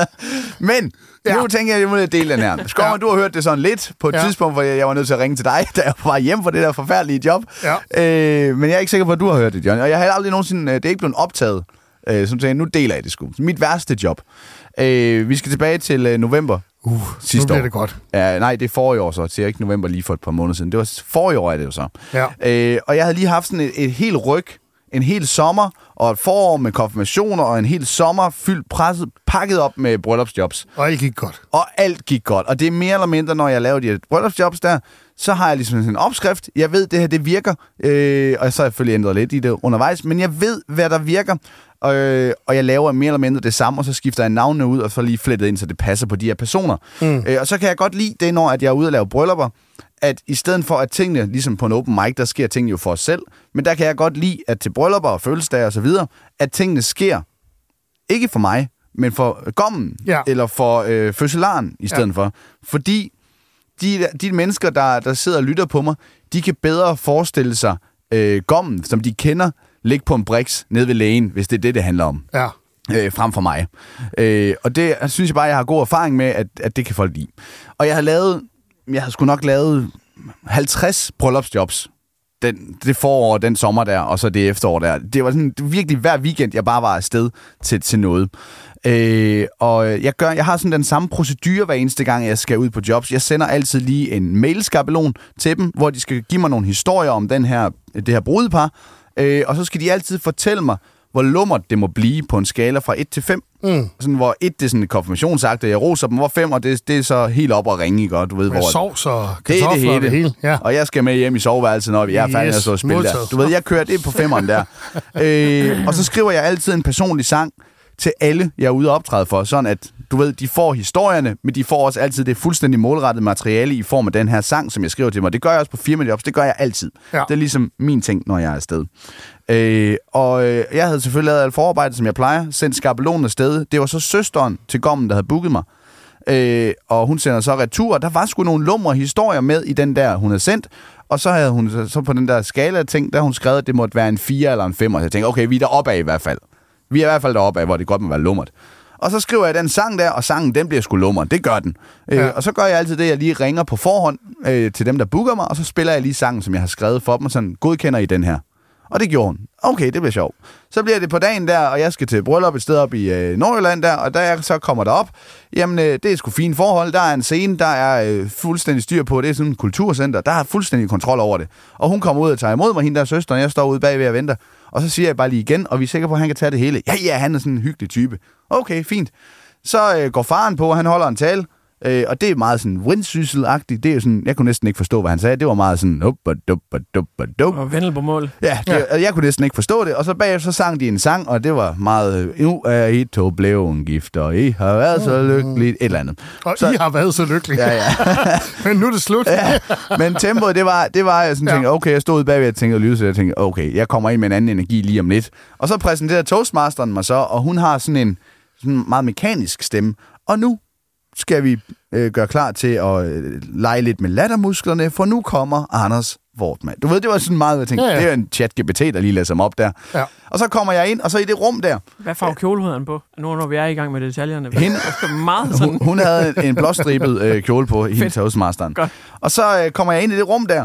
Men ja. Nu tænker jeg, at jeg må dele den her. Skovman, ja. Du har hørt det sådan lidt på et ja. tidspunkt, hvor jeg var nødt til at ringe til dig, da jeg var hjem fra det der forfærdelige job. Ja. Øh, men jeg er ikke sikker på, at du har hørt det, John. Og jeg har aldrig nogensinde... Det er ikke blevet optaget. Øh, som tænker, nu deler jeg det sgu. Mit værste job. Øh, vi skal tilbage til øh, november uh, sidste nu bliver år. det godt. Ja, nej, det er forrige år så. Det er ikke november lige for et par måneder siden. Det var forrige år, er det jo så. Ja. Øh, og jeg havde lige haft sådan et, et helt ryg, en hel sommer, og et forår med konfirmationer, og en hel sommer fyldt, presset, pakket op med bryllupsjobs. Og alt gik godt. Og alt gik godt. Og det er mere eller mindre, når jeg laver de her bryllupsjobs der, så har jeg ligesom sådan en opskrift. Jeg ved, det her, det virker. Øh, og så har jeg selvfølgelig ændret lidt i det undervejs. Men jeg ved, hvad der virker. Øh, og jeg laver mere eller mindre det samme, og så skifter jeg navnene ud, og så lige flettet ind, så det passer på de her personer. Mm. Øh, og så kan jeg godt lide det, når at jeg er ude og lave bryllupper, at i stedet for, at tingene, ligesom på en open mic, der sker tingene jo for os selv, men der kan jeg godt lide, at til bryllupper og fødselsdage og så videre, at tingene sker, ikke for mig, men for gommen, ja. eller for øh, fødselaren i stedet ja. for. Fordi de, de mennesker, der, der sidder og lytter på mig, de kan bedre forestille sig øh, gommen, som de kender, ligge på en briks nede ved lægen, hvis det er det, det handler om. Ja. Øh, frem for mig. Øh, og det synes jeg bare, jeg har god erfaring med, at, at det kan folk lide. Og jeg har lavet, jeg har sgu nok lavet halvtreds bryllupsjobs den, det forår, den sommer der, og så det efterår der. Det var sådan virkelig hver weekend, jeg bare var afsted til, til noget. Øh, og jeg, gør, jeg har sådan den samme procedure hver eneste gang, jeg skal ud på jobs. Jeg sender altid lige en mailskabelon til dem, hvor de skal give mig nogle historier om den her, det her brudepar. Øh, og så skal de altid fortælle mig, hvor lummert det må blive på en skala fra et til fem. Mm. Sådan, hvor et det er sådan et konfirmationsakt, og jeg roser dem, hvor fem, og det, det er så helt op og ringe, godt, du ved, med hvor... sovs og kartofler og det hele. Ja. Og jeg skal med hjem i soveværelset, når jeg er færdig med at spille der. Du ved, jeg kører det på femmeren der. øh, og så skriver jeg altid en personlig sang til alle, jeg er ude og optræde for, sådan at, du ved, de får historierne, men de får også altid det fuldstændig målrettet materiale i form af den her sang, som jeg skriver til mig. Det gør jeg også på firmajobs, det gør jeg altid. Ja. Det er ligesom min ting, når jeg er afsted. Øh, og øh, jeg havde selvfølgelig lavet alt forarbejde, som jeg plejer, sendt skabelonen afsted. Det var så søsteren til gommen, der havde booket mig. Øh, og hun sender så retur. Der var sgu nogle lumre historier med i den der, hun havde sendt. Og så havde hun så på den der skala ting, der hun skrevet, at det måtte være en fire eller en fem. Og jeg tænkte, okay, vi er deroppe af i hvert fald. Vi er i hvert fald deroppe af, hvor det godt må være lummert. Og så skriver jeg den sang der, og sangen, den bliver sgu lummer. Det gør den. Ja. Øh, og så gør jeg altid det, jeg lige ringer på forhånd øh, til dem, der booker mig, og så spiller jeg lige sangen, som jeg har skrevet for dem, og sådan, godkender I den her? Og det gjorde hun. Okay, det bliver sjovt. Så bliver det på dagen der, og jeg skal til bryllup et sted op i øh, Nordjylland der, og da jeg så kommer derop, jamen, øh, det er sgu fint forhold. Der er en scene, der er øh, fuldstændig styr på. Det er sådan et kulturcenter. Der er fuldstændig kontrol over det. Og hun kommer ud og tager imod mig, hende der søster, og jeg står ude bagved og venter. Og så siger jeg bare lige igen, og vi er sikre på, at han kan tage det hele. Ja, ja, han er sådan en hyggelig type. Okay, fint. Så øh, går faren på, og han holder en tale. Øh, og det er meget sådan Vendsyssel-agtigt. Det er jo sådan, jeg kunne næsten ikke forstå, hvad han sagde. Det var meget sådan up og dup og dup og dup. Og vendel på mål. Ja, det, ja, jeg kunne næsten ikke forstå det. Og så bagefter så sang de en sang, og det var meget, nu er I to blevet gift, og I har været så lykkeligt, et eller andet. Og så, I har været så lykkelige. Ja, ja. Men nu er det slut. Ja, men tempoet, det var, det var jeg sådan ja. tænkte, okay, jeg stod ude bagved og tænkte og lyttede, så jeg tænkte, okay, jeg kommer ind med en anden energi lige om lidt. Og så præsenterer Toastmasteren mig så, og hun har sådan en sådan meget mekanisk stemme. Og nu skal vi øh, gøre klar til at øh, lege lidt med lattermusklerne, for nu kommer Anders Wortmann. Du ved, det var sådan meget, jeg tænkte, ja, ja. Det er en chat G P T, der lige læser mig op der. Ja. Og så kommer jeg ind, og så i det rum der... Hvad farve kjole havde han på? Nu når vi er i gang med detaljerne. Hende, meget sådan. Hun, hun havde en blåstribet øh, kjole på, hendes Toastmasteren. Og så øh, kommer jeg ind i det rum der,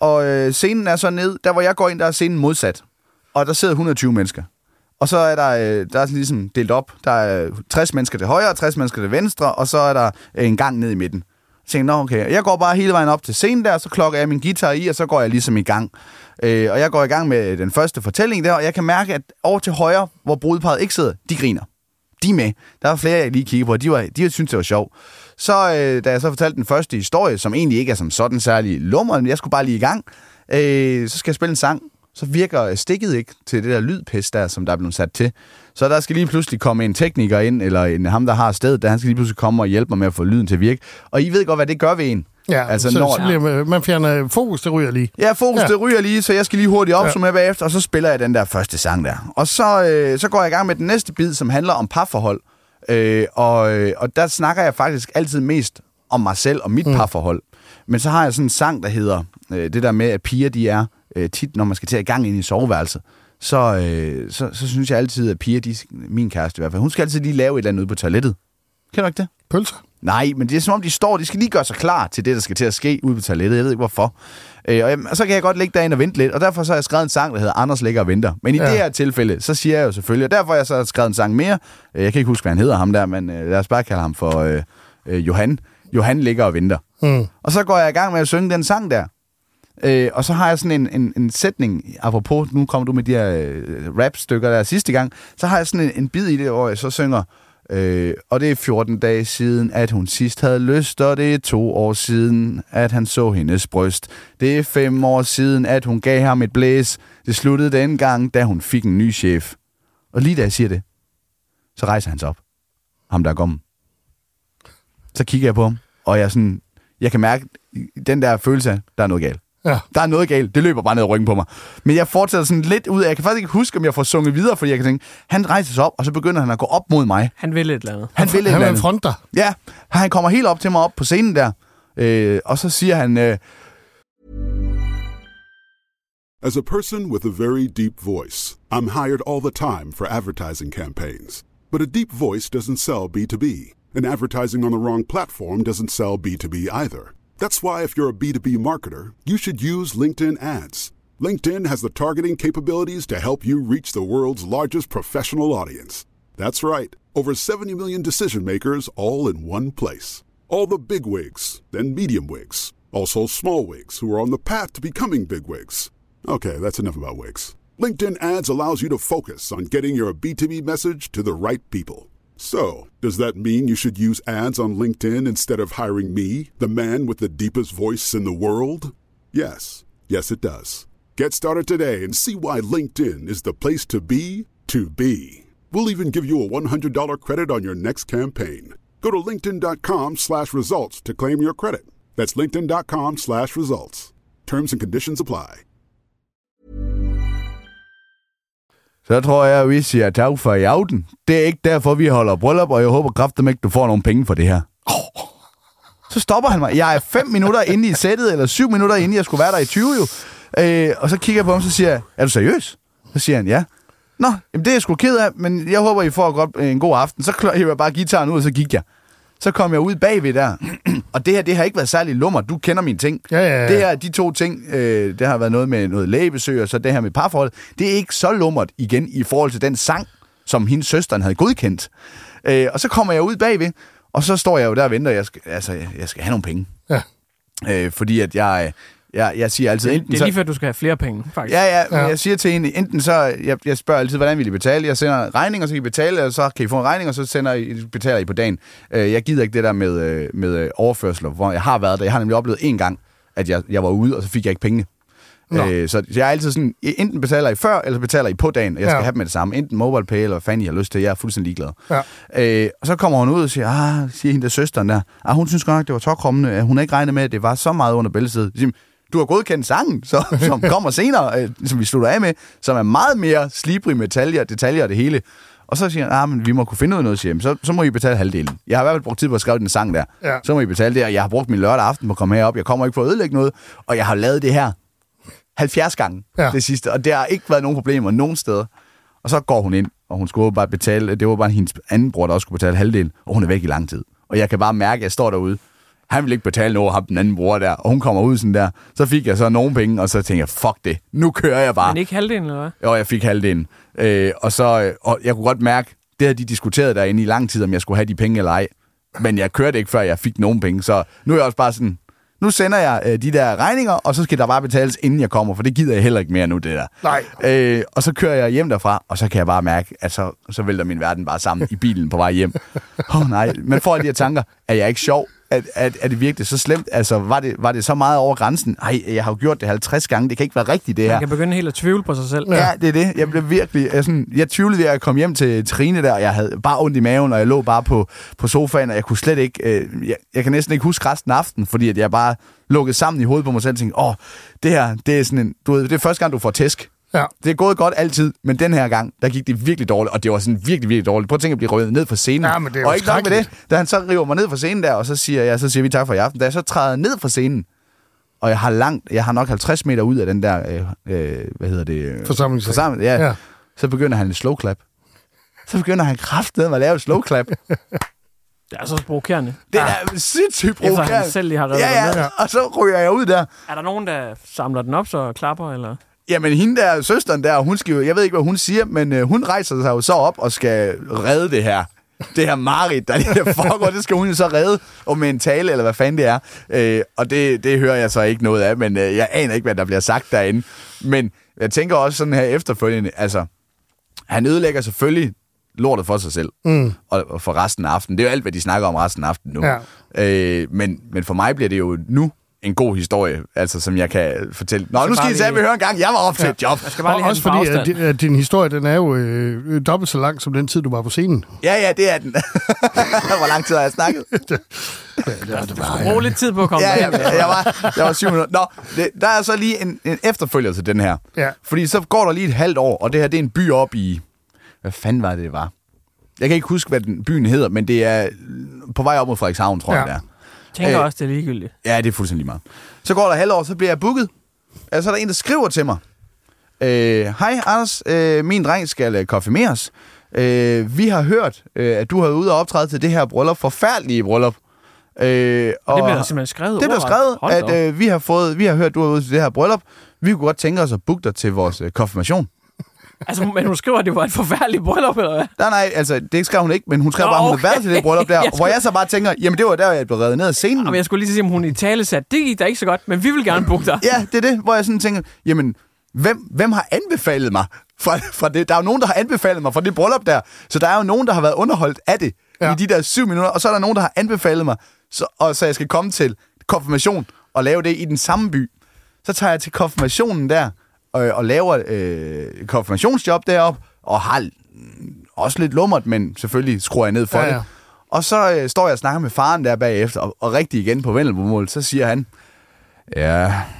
og øh, scenen er så ned. Der, hvor jeg går ind, der er scenen modsat. Og der sidder et hundrede og tyve mennesker. Og så er der, øh, der er ligesom delt op. Der er tres mennesker til højre, tres mennesker til venstre, og så er der øh, en gang ned i midten. Jeg tænkte, nå okay. Jeg går bare hele vejen op til scenen der, så klokker jeg min guitar i, og så går jeg ligesom i gang. Øh, og jeg går i gang med den første fortælling der, og jeg kan mærke, at over til højre, hvor brudeparret ikke sidder, de griner. De er med. Der var flere, jeg lige kiggede på, de, var, de syntes, det var sjovt. Så øh, da jeg så fortalte den første historie, som egentlig ikke er som sådan særlig lummer, men jeg skulle bare lige i gang, øh, så skal jeg spille en sang. Så virker stikket ikke til det der lydpis der, som der er blevet sat til. Så der skal lige pludselig komme en tekniker ind, eller en, ham, der har stedet, der han skal lige pludselig komme og hjælpe mig med at få lyden til at virke. Og I ved godt, hvad det gør ved en. Ja, altså, så, når, så bliver man fjerner fokus, det ryger lige. Ja, fokus, ja. det ryger lige, så jeg skal lige hurtigt opsummere ja. bagefter, og så spiller jeg den der første sang der. Og så, øh, så går jeg i gang med den næste bid, som handler om parforhold. Øh, og, og der snakker jeg faktisk altid mest om mig selv og mit mm. parforhold. Men så har jeg sådan en sang, der hedder øh, det der med, at piger, de er øh, tit, når man skal til at i gang ind i soveværelset, så, øh, så, så synes jeg altid, at piger, de, min kæreste i hvert fald, hun skal altid lige lave et eller andet ude på toilettet. Kan du ikke det? Pølser? Nej, men det er som om, de står, de skal lige gøre sig klar til det, der skal til at ske ude på toilettet. Jeg ved ikke, hvorfor. Øh, og, og så kan jeg godt ligge derinde og vente lidt, og derfor så har jeg skrevet en sang, der hedder Anders ligger og venter. Men i ja. det her tilfælde, så siger jeg jo selvfølgelig, og derfor har jeg så skrevet en sang mere. Jeg kan ikke huske, hvad han hedder ham der, men øh, lad os bare kalde ham for øh, øh, Johan. Johan ligger og venter. Mm. Og så går jeg i gang med at synge den sang der. Øh, og så har jeg sådan en, en, en sætning, apropos, nu kommer du med de her øh, rap-stykker der sidste gang, så har jeg sådan en, en bid i det, hvor jeg så synger, øh, og det er fjorten dage siden, at hun sidst havde lyst, og det er to år siden, at han så hendes bryst. Det er fem år siden, at hun gav ham et blæs. Det sluttede den gang, da hun fik en ny chef. Og lige da jeg siger det, så rejser han sig op. Ham der er kommet. Så kigger jeg på ham, og jeg sådan, jeg kan mærke den der følelse af, der er noget galt. Ja. Der er noget galt. Det løber bare ned ad ryggen på mig. Men jeg fortsætter sådan lidt ud af, jeg kan faktisk ikke huske, om jeg får sunget videre, fordi jeg kan tænke, han rejser sig op, og så begynder han at gå op mod mig. Han vil et eller andet. Han, han vil et han eller andet. Han fronter. Ja, han kommer helt op til mig op på scenen der, øh, og så siger han... Øh, As a person with a very deep voice, I'm hired all the time for advertising campaigns. But a deep voice doesn't sell B to B. And advertising on the wrong platform doesn't sell B to B either. That's why if you're a B to B marketer, you should use LinkedIn ads. LinkedIn has the targeting capabilities to help you reach the world's largest professional audience. That's right, over seventy million decision makers all in one place. All the big wigs, then medium wigs, also small wigs who are on the path to becoming big wigs. Okay, that's enough about wigs. LinkedIn ads allows you to focus on getting your B to B message to the right people. So, does that mean you should use ads on LinkedIn instead of hiring me, the man with the deepest voice in the world? Yes. Yes, it does. Get started today and see why LinkedIn is the place to be to be. We'll even give you a one hundred dollars credit on your next campaign. Go to linkedin.com slash results to claim your credit. That's linkedin.com slash results. Terms and conditions apply. Så tror jeg, at vi siger tak for i aften. Det er ikke derfor, vi holder bryllup, og jeg håber kraftigt ikke, du får nogle penge for det her. Så stopper han mig. Jeg er fem minutter inde i sættet, eller syv minutter inde, jeg skulle være der i tyve jo. Øh, og så kigger jeg på ham, så siger jeg, er du seriøs? Så siger han, ja. Nå, jamen det er jeg sgu ked af, men jeg håber, I får godt, en god aften. Så klør jeg bare gitaren ud, og så gik jeg. Så kom jeg ud bagved der, og det her, det har ikke været særlig lummer. Du kender mine ting. Ja, ja, ja. Det her, de to ting, øh, det har været noget med noget lægebesøg, og så det her med parforhold. Det er ikke så lummert igen i forhold til den sang, som hendes søsteren havde godkendt. Øh, og så kommer jeg ud bagved, og så står jeg jo der og venter, jeg skal, altså, jeg skal have nogle penge. Ja. Øh, fordi at jeg... Jeg, jeg siger altid... Det, enten, det er lige før, du skal have flere penge, faktisk. Ja, ja, men ja. Jeg siger til hende, enten så... Jeg, jeg spørger altid, hvordan vil I betale? Jeg sender en regning, og så kan I betale, og så kan I få en regning, og så sender I, betaler I på dagen. Jeg gider ikke det der med, med overførsler, hvor jeg har været der. Jeg har nemlig oplevet en gang, at jeg, jeg var ude, og så fik jeg ikke pengene. Øh, så jeg er altid sådan, enten betaler I før, eller betaler I på dagen, og jeg skal ja. have dem med det samme. Enten MobilePay, eller hvad fanden I har lyst til. Jeg er fuldstændig ligeglad. Ja. Øh, og så kommer hun ud og siger, ah, siger hende der søsteren der, ah, hun synes godt nok, det var tåkrummende. Hun har ikke regnet med, at det var så meget under bæltestedet. Du har godkendt sangen, så, som kommer senere, øh, som vi slutter af med, som er meget mere slibrig med detaljer, detaljer og det hele. Og så siger han, ah, men vi må kunne finde ud af noget, siger, så, så må I betale halvdelen. Jeg har i hvert fald brugt tid på at skrive den sang der. Ja. Så må I betale det, og jeg har brugt min lørdag aften på at komme herop. Jeg kommer ikke for at ødelægge noget, og jeg har lavet det her halvfjerds gange ja. det sidste, og der har ikke været nogen problemer nogen steder. Og så går hun ind, og hun skulle bare betale, det var bare hendes anden bror, der også skulle betale halvdelen, og hun er væk i lang tid. Og jeg kan bare mærke, at jeg står derude. Han vil ikke betale noget, ham den anden bror der. Og hun kommer ud sådan der. Så fik jeg så nogle penge, og så tænkte jeg, fuck det. Nu kører jeg bare. Men ikke halvdelen, eller hvad? Jo, jeg fik halvdelen. Øh, og så, og jeg kunne godt mærke, det havde de diskuteret derinde i lang tid, om jeg skulle have de penge eller ej. Men jeg kørte ikke, før jeg fik nogen penge. Så nu er jeg også bare sådan, nu sender jeg øh, de der regninger, og så skal der bare betales, inden jeg kommer, for det gider jeg heller ikke mere nu, det der. Nej. Øh, og så kører jeg hjem derfra, og så kan jeg bare mærke, at så, så vælter min verden bare sammen i bilen på vej hjem. Åh oh, nej, men får jeg de her tanker, er jeg ikke sjov? Er, er, er det virkelig så slemt? Altså, var det, var det så meget over grænsen? Ej, jeg har jo gjort det halvtreds gange, det kan ikke være rigtigt, det her. Man kan begynde helt at tvivle på sig selv. Ja, det er det. Jeg blev virkelig... Jeg, sådan, jeg tvivlede ved at komme hjem til Trine der, og jeg havde bare ondt i maven, og jeg lå bare på, på sofaen, og jeg kunne slet ikke... Øh, jeg, jeg kan næsten ikke huske resten af aftenen, fordi at jeg bare lukkede sammen i hovedet på mig selv og tænkte, åh, det her, det er sådan en... Du ved, det er første gang, du får tæsk. Ja. Det er gået godt altid, men den her gang, der gik det virkelig dårligt, og det var sådan virkelig, virkelig dårligt. Prøv at tænke at blive røget ned fra scenen. Ja, men det er og ikke nok med det, da han så river mig ned fra scenen der, og så siger jeg, så siger vi tak for i aften. Da jeg så træder ned fra scenen, og jeg har langt, jeg har nok halvtreds meter ud af den der, øh, øh, hvad hedder det? Forsamling. Forsamling, ja. ja. Så begynder han et slow clap. Så begynder han kraftedeme at lave et slow clap. Det er så provokerende. Det er ja. sindssygt provokerende. Efter han selv lige har reddet ja, ja, og så ryger jeg ud der. Er der nogen, der samler den op, så klapper, eller? Jamen, hende der, søsteren der, hun skal jo, jeg ved ikke, hvad hun siger, men øh, hun rejser sig jo så op og skal redde det her. Det her Marit, der lige foregår, det skal hun jo så redde og med en tale, eller hvad fanden det er. Øh, og det, det hører jeg så ikke noget af, men øh, jeg aner ikke, hvad der bliver sagt derinde. Men jeg tænker også sådan her efterfølgende, altså, han ødelægger selvfølgelig lortet for sig selv, mm. og, og for resten af aftenen. Det er jo alt, hvad de snakker om resten af aftenen nu. Ja. Øh, men, men for mig bliver det jo nu en god historie, altså som jeg kan fortælle. Nå, nu skal I sige, at vi hører en gang, jeg var op til ja. et job. Jeg skal bare lige også fordi, at, din, at din historie, den er jo øh, dobbelt så lang, som den tid, du var på scenen. Ja, ja, det er den. Hvor lang tid har jeg snakket? ja, det var det bare, ja. Brug lidt tid på at komme ja, ja, ja, jeg var, jeg var syv minutter. Nå, det, der er så lige en, en efterfølger til den her. Ja. Fordi så går der lige et halvt år, og det her, det er en by op i... Hvad fanden var det, det var? Jeg kan ikke huske, hvad den byen hedder, men det er på vej op mod Frederikshavn, tror ja. jeg, det er. Tænker også, det er ligegyldigt. Ja, det er fuldstændig meget. Så går der halvår, så bliver jeg booket. Altså, så er der en, der skriver til mig. Øh, Hej, Anders. Øh, min dreng skal øh, konfirmeres. Øh, vi har hørt, øh, at du har været ude og optræde til det her bryllup. Forfærdelige bryllup. Øh, og det bliver simpelthen skrevet. Det bliver skrevet, at øh, vi har fået, vi har hørt, at du har været ude til det her bryllup. Vi kunne godt tænke os at booke dig til vores øh, konfirmation. Altså, men hun skriver, at det var et forfærdeligt bryllup, eller hvad? Nej, nej, altså, det skrev hun ikke, men hun skrev Nå, bare, at hun okay. havde været til det bryllup der, skulle... hvor jeg så bare tænker, jamen det var der, jeg blev reddet ned af scenen. Men jeg skulle lige sige, om hun i tale sagde, det gik da ikke så godt, men vi vil gerne booke dig. Ja, det er det, hvor jeg sådan tænker, jamen, hvem, hvem har anbefalet mig fra, fra det? Der er jo nogen, der har anbefalet mig fra det bryllup der, så der er jo nogen, der har været underholdt af det ja. i de der syv minutter, og så er der nogen, der har anbefalet mig, så, og så jeg skal komme til konfirmation og lave det i den samme by. Så tager jeg til konfirmationen der, og laver øh, konfirmationsjob deroppe, og har også lidt lummert, men selvfølgelig skruer jeg ned for ja, ja. det. Og så øh, står jeg og snakker med faren der bagefter, og, og rigtig igen på vendelbomål, så siger han, ja,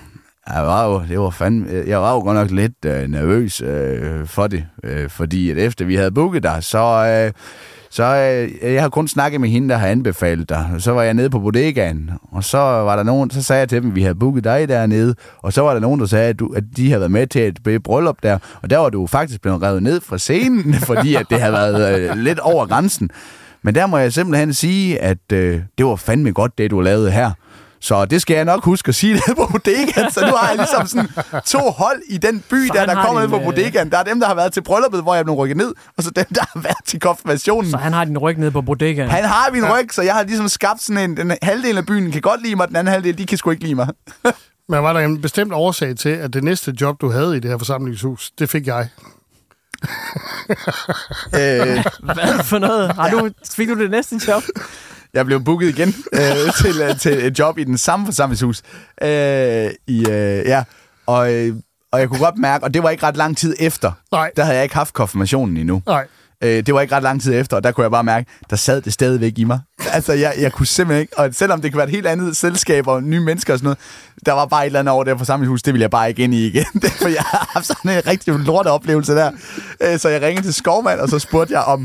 jeg var jo, det var fandme, jeg var jo godt nok lidt øh, nervøs øh, for det, øh, fordi at efter vi havde booket dig, så... Øh, Så øh, jeg har kun snakket med hende, der har anbefalet dig. Så var jeg nede på bodegaen, og så var der nogen, så sagde jeg til dem, at vi havde booket dig dernede. Og så var der nogen, der sagde, at, du, at de havde været med til et bryllup der. Og der var du faktisk blevet revet ned fra scenen, fordi at det havde været øh, lidt over grænsen. Men der må jeg simpelthen sige, at øh, det var fandme godt, det du lavede her. Så det skal jeg nok huske at sige det på bodegaen. Så nu har jeg ligesom sådan to hold i den by, så der, der kommer ned på bodegaen. Der er dem, der har været til brylluppet, hvor jeg blev rykket ned, og så dem, der har været til konfirmationen. Så han har din ryg ned på bodegaen? Han har min ryg, så jeg har ligesom skabt sådan en... Den halvdel af byen kan godt lide mig, den anden halvdel, de kan sgu ikke lide mig. Men var der en bestemt årsag til, at det næste job, du havde i det her forsamlingshus, det fik jeg? øh, Hvad for noget? Har du, fik du det næste job? Jeg blev booket igen øh, til, øh, til et job i den samme forsamlingshus. Øh, i, øh, ja. og, øh, og jeg kunne godt mærke, og det var ikke ret lang tid efter, Nej. der havde jeg ikke haft konfirmationen endnu. Nej. Øh, det var ikke ret lang tid efter, og der kunne jeg bare mærke, der sad det stadigvæk i mig. Altså, jeg, jeg kunne simpelthen ikke, og selvom det kunne være et helt andet selskab og nye mennesker og sådan noget, der var bare et eller andet over der forsamlingshus, det ville jeg bare ikke ind i igen. For jeg har haft sådan en rigtig lorte oplevelse der. Øh, så jeg ringede til Skovmand, og så spurgte jeg om,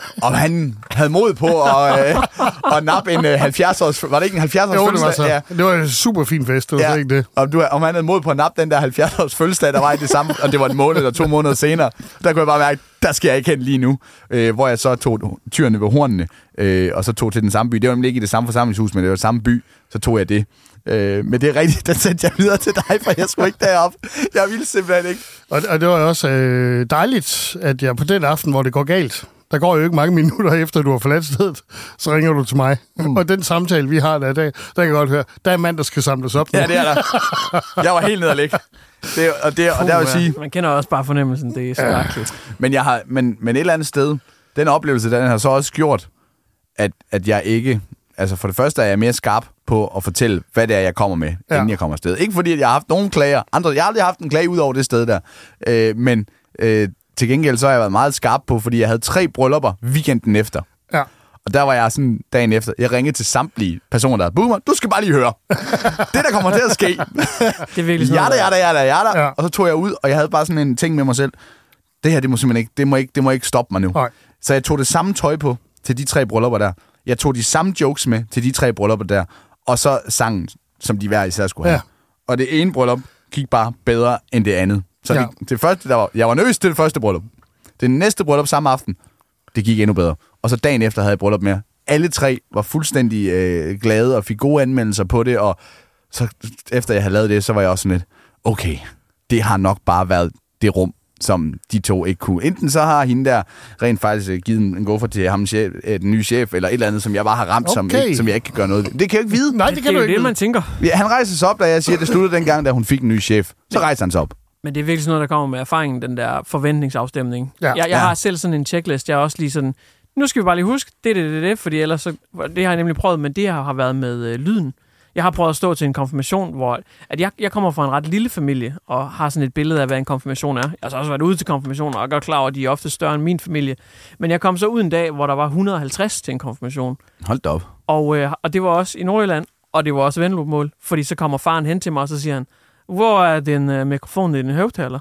om han havde mod på at, øh, at nappe en øh, halvfjerds-års... Var det ikke en halvfjerds-års jo, fødselsdag? Det var, så. Ja. Det var en super fin fest, det var ja. ikke det. Om, du, om han havde mod på at nappe den der halvfjerds-års fødselsdag, der var i det samme, og det var en måned eller to måneder senere. Der kunne jeg bare mærke, der skal jeg ikke hen lige nu. Øh, hvor jeg så tog tyrene ved hornene, øh, og så tog til den samme by. Det var nemlig ikke i det samme forsamlingshus, men det var det samme by. Så tog jeg det. Øh, men det er rigtigt, den sendte jeg videre til dig, for jeg skulle ikke derop. Jeg ville simpelthen ikke. Og, og det var også øh, dejligt, at jeg på den aften, hvor det går galt, der går jo ikke mange minutter efter, du har forladt stedet, så ringer du til mig. Mm. Og den samtale, vi har der i dag, der kan jeg godt høre, der er en mand, der skal samles op. Ja, det er der. Jeg var helt nede og ligge. Det, og, det, og der vil sige... Man kender også bare fornemmelsen, det er så ja. Men, jeg har, men, men et eller andet sted, den oplevelse, den har så også gjort, at, at jeg ikke... Altså for det første er jeg mere skarp på at fortælle, hvad det er, jeg kommer med, ja. inden jeg kommer afsted. Ikke fordi, at jeg har haft nogen klager. Andre, jeg har aldrig haft en klage ud over det sted der. Øh, men øh, til gengæld så har jeg været meget skarp på, fordi jeg havde tre bryllupper weekenden efter. Ja. Og der var jeg sådan dagen efter. Jeg ringede til samtlige personer, der havde booket mig. Du skal bare lige høre. Det, der kommer til at ske. Det er virkelig sådan. Jada, jada, jada, jada. Ja. Og så tog jeg ud, og jeg havde bare sådan en ting med mig selv. Det her, det må simpelthen ikke, det må ikke, det må ikke stoppe mig nu. Nej. Så jeg tog det samme tøj på til de tre bryllupper der. Jeg tog de samme jokes med til de tre bryllupper der, og så sangen, som de hver især skulle have. Ja. Og det ene bryllup gik bare bedre end det andet. Så ja. det, det første, der var, jeg var nervøs til det første bryllup. Det næste bryllup samme aften, det gik endnu bedre. Og så dagen efter havde jeg bryllup mere. Alle tre var fuldstændig øh, glade og fik gode anmeldelser på det, og så efter jeg havde lavet det, så var jeg også sådan lidt, okay, det har nok bare været det rum, som de to ikke kunne. Enten så har hende der rent faktisk givet en guffer til ham, chef, den nye chef, eller et eller andet, som jeg bare har ramt, okay. som, ikke, som jeg ikke kan gøre noget ved. Det kan jeg ikke vide. Nej, det kan det, du det ikke er det, man tænker. Ja, han rejser sig op, da jeg siger, at det sluttede dengang, da hun fik en ny chef. Så rejser han sig op. Men det er virkelig sådan noget, der kommer med erfaringen, den der forventningsafstemning. Ja. Jeg, jeg ja. har selv sådan en checklist, jeg er også lige sådan, nu skal vi bare lige huske, det er det, det, det, fordi ellers så, det har jeg nemlig prøvet, men det her har været med øh, lyden. Jeg har prøvet at stå til en konfirmation, hvor at jeg, jeg kommer fra en ret lille familie, og har sådan et billede af, hvad en konfirmation er. Jeg har så også været ude til konfirmationer, og er godt klar over, at de er ofte større end min familie. Men jeg kom så ud en dag, hvor der var et hundrede og halvtreds til en konfirmation. Hold da op. Og, øh, og det var også i Nordjylland, og det var også Vendelbo-mål, fordi så kommer faren hen til mig, og så siger han, hvor er den øh, mikrofon i den højttaler?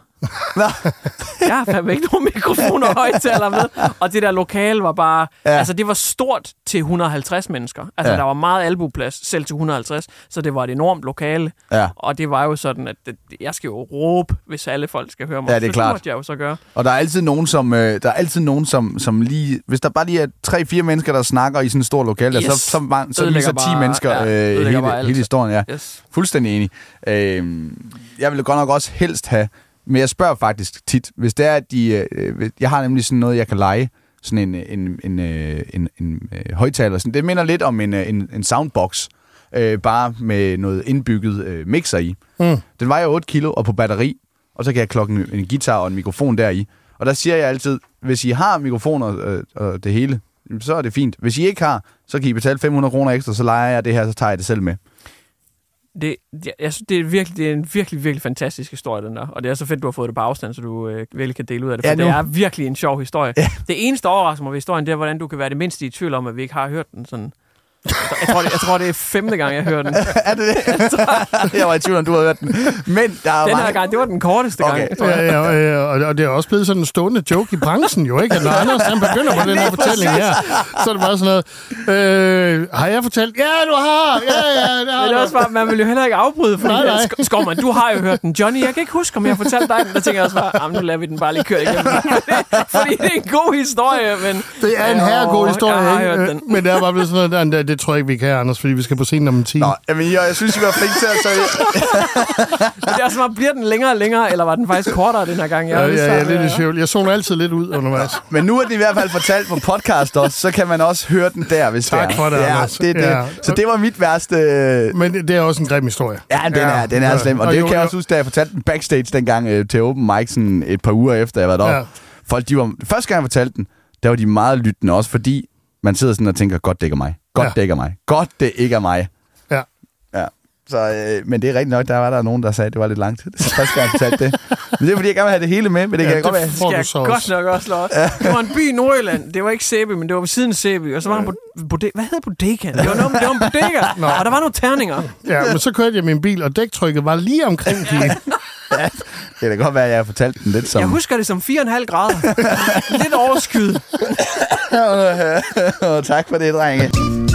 Jeg har fandme ikke nogen mikrofoner og højttaler med. Og det der lokale var bare... Ja. Altså, det var stort til et hundrede og halvtreds mennesker. Altså, ja. Der var meget albueplads, selv til et hundrede og halvtreds. Så det var et enormt lokale. Ja. Og det var jo sådan, at det, jeg skal jo råbe, hvis alle folk skal høre mig. Ja, det er så klart. Det måtte jeg jo så gøre. Og der er altid nogen, som, øh, der er altid nogen, som, som lige... Hvis der bare lige er tre-fire mennesker, der snakker i sådan en stor lokale, yes. så, så, så, så viser ti mennesker ja, øh, hele, hele historien. Ja. Yes. Fuldstændig enig. Øh, jeg ville godt nok også helst have... Men jeg spørger faktisk tit, hvis det er, at de... Øh, jeg har nemlig sådan noget, jeg kan lege. Sådan en, en, en, en, en, en øh, højttaler. Sådan, det minder lidt om en, en, en soundbox. Øh, bare med noget indbygget øh, mixer i. Mm. Den vejer otte kilo og på batteri. Og så kan jeg klokke en, en guitar og en mikrofon deri. Og der siger jeg altid, hvis I har mikrofoner øh, og det hele, så er det fint. Hvis I ikke har, så kan I betale fem hundrede kroner ekstra, så leger jeg det her, så tager jeg det selv med. Det, jeg, jeg synes, det, er virkelig, det er en virkelig, virkelig fantastisk historie, den der. Og det er så fedt, du har fået det på afstand, så du øh, virkelig kan dele ud af det. For ja, det er virkelig en sjov historie. Ja. Det eneste, der overrasker mig ved historien, det er, hvordan du kan være det mindste i tvivl om, at vi ikke har hørt den sådan. Jeg tror, det, jeg tror, det er femte gang, jeg hører den. Er det det? Jeg, tror... jeg var i tvivl om, du havde hørt den. Men der er den mange... her gang, det var den korteste okay. gang. Ja, ja, ja, og det er også blevet sådan en stående joke i branchen, jo ikke? At når Anders han begynder på den her fortælling her, så er det bare sådan noget, øh, har jeg fortalt? Ja, du har! Ja, ja, det har Men det er også bare, man vil jo heller ikke afbryde, fordi nej, nej. Sk- Skovman, du har jo hørt den. Johnny, jeg kan ikke huske, om jeg har fortalt dig den. Der tænker jeg også bare, nu lader vi den bare lige køre igennem. Fordi det er en god historie, men... Det er en herregod historie, ikke? Men det er bare blevet sådan noget, der, det tror jeg ikke, vi kan, fordi vi skal på scenen om en time. Nå, jamen, jeg, jeg synes, vi var flinke til at sige... Men det er som om, bliver den længere og længere, eller var den faktisk kortere den her gang? Jeg ja, ja, ja, lidt i tvivl. Jeg zoner altid lidt ud undervejs. Men nu er den i hvert fald fortalt på podcast også, så kan man også høre den der, hvis tak det er. for det, ja, Anders. det, det. Ja. Så det var mit værste... Men det er også en grim historie. Ja, den er, den er slem. Og, og det jo, kan jeg også huske, da jeg fortalte den backstage dengang øh, til Open Mic sådan et par uger efter, jeg var deroppe. Ja. Folk, de var... Første gang jeg fortalte den, der var de meget lyttende også, fordi man sidder sådan og tænker, godt det ikke er mig. Godt ja. det ikke er mig. Godt det ikke er mig. Ja. Ja. Så, øh, men det er rigtigt nok, der var der nogen, der sagde, at det var lidt langt. Det er første gang, jeg fortalte det. Men det er fordi, jeg gerne vil have det hele med, men det ja, kan jeg godt være. Det skal jeg så godt nok også, Lars. Ja. Det var en by i Nordjylland. Det var ikke Sæby, men det var ved siden af Sæby. Og så var han på bodega. Hvad hedder bodega? Det var, noget, det var en bodega, Nå. Og der var nogle terninger. Ja, men så kørte jeg min bil, og dæktrykket var lige omkring de... Ja, det kan godt være, at jeg har fortalt den lidt som... Jeg husker det som fire komma fem grader. Lidt overskyet. Tak for det, drenge.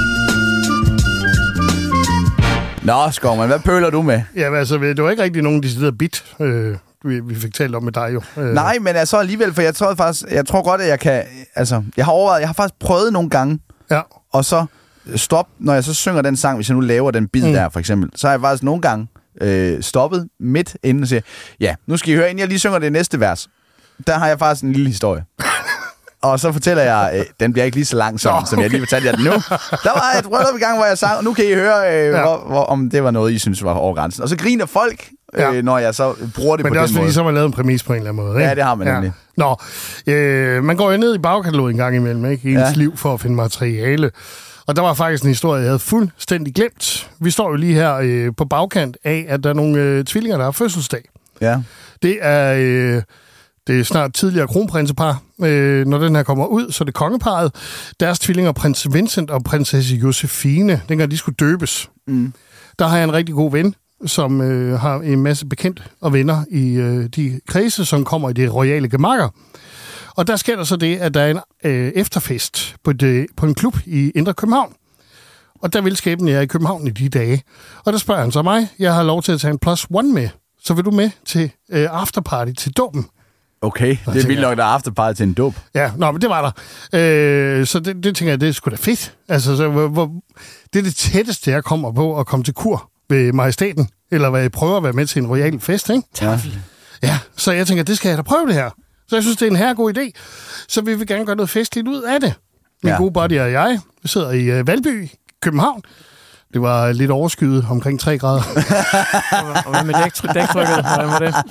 Nå, Skovman, hvad pøler du med? Ja, altså, det var ikke rigtig nogen decideret bit, øh, vi, vi fik talt om med dig jo. Øh. Nej, men altså alligevel, for jeg tror faktisk, jeg tror godt, at jeg kan... Altså, jeg har overvejet, jeg har faktisk prøvet nogle gange, ja. Og så stop, når jeg så synger den sang, hvis jeg nu laver den bid mm. der, for eksempel, så har jeg faktisk nogle gange øh, stoppet midt inden og siger, ja, nu skal I høre, inden jeg lige synger det næste vers. Der har jeg faktisk en lille historie. Og så fortæller jeg, øh, den bliver ikke lige så lang, som, Nå, okay. som jeg lige fortalte jer den nu. Der var et bryllup i gang, hvor jeg sang, og nu kan I høre, øh, ja. hvor, hvor, om det var noget, I synes var over grænsen. Og så griner folk, øh, ja. når jeg så bruger det Men på den måde. Men det er også fordi, så har man lavet en præmis på en eller anden måde. Ikke? Ja, det har man ja. nemlig. Nå, øh, man går jo ned i bagkataloget en gang imellem, ikke? I ens ja. liv for at finde materiale. Og der var faktisk en historie, jeg havde fuldstændig glemt. Vi står jo lige her øh, på bagkant af, at der er nogle øh, tvillinger, der har fødselsdag. Ja. Det er... Øh, Det er snart tidligere kronprinsepar. Øh, når den her kommer ud, så er det kongeparret. Deres tvillinger, prins Vincent og prinsesse Josefine, dengang de skulle døbes. Mm. Der har jeg en rigtig god ven, som øh, har en masse bekendt og venner i øh, de kredse, som kommer i det royale gemakker. Og der sker der så det, at der er en øh, efterfest på, det, på en klub i Indre København. Og der vil skæbnen jeg i København i de dage. Og der spørger han så mig, jeg har lov til at tage en plus one med. Så vil du med til øh, afterparty til dåben? Okay, det er vildt nok, der er afterparty til en dåb. Ja, nå, men det var der. Øh, så det, det tænker jeg, det er sgu da fedt. Altså, så, hvor, hvor, det er det tætteste, jeg kommer på at komme til kur ved majestaten, eller hvad jeg prøver at være med til en royal fest, ikke? Ja. Ja, så jeg tænker, det skal jeg da prøve det her. Så jeg synes, det er en herregod idé. Så vi vil gerne gøre noget festligt ud af det. Min ja. gode buddy og jeg, vi sidder i uh, Valby, København. Det var lidt overskyet, omkring tre grader. Og hvad med dæktrykket? Hvordan var det?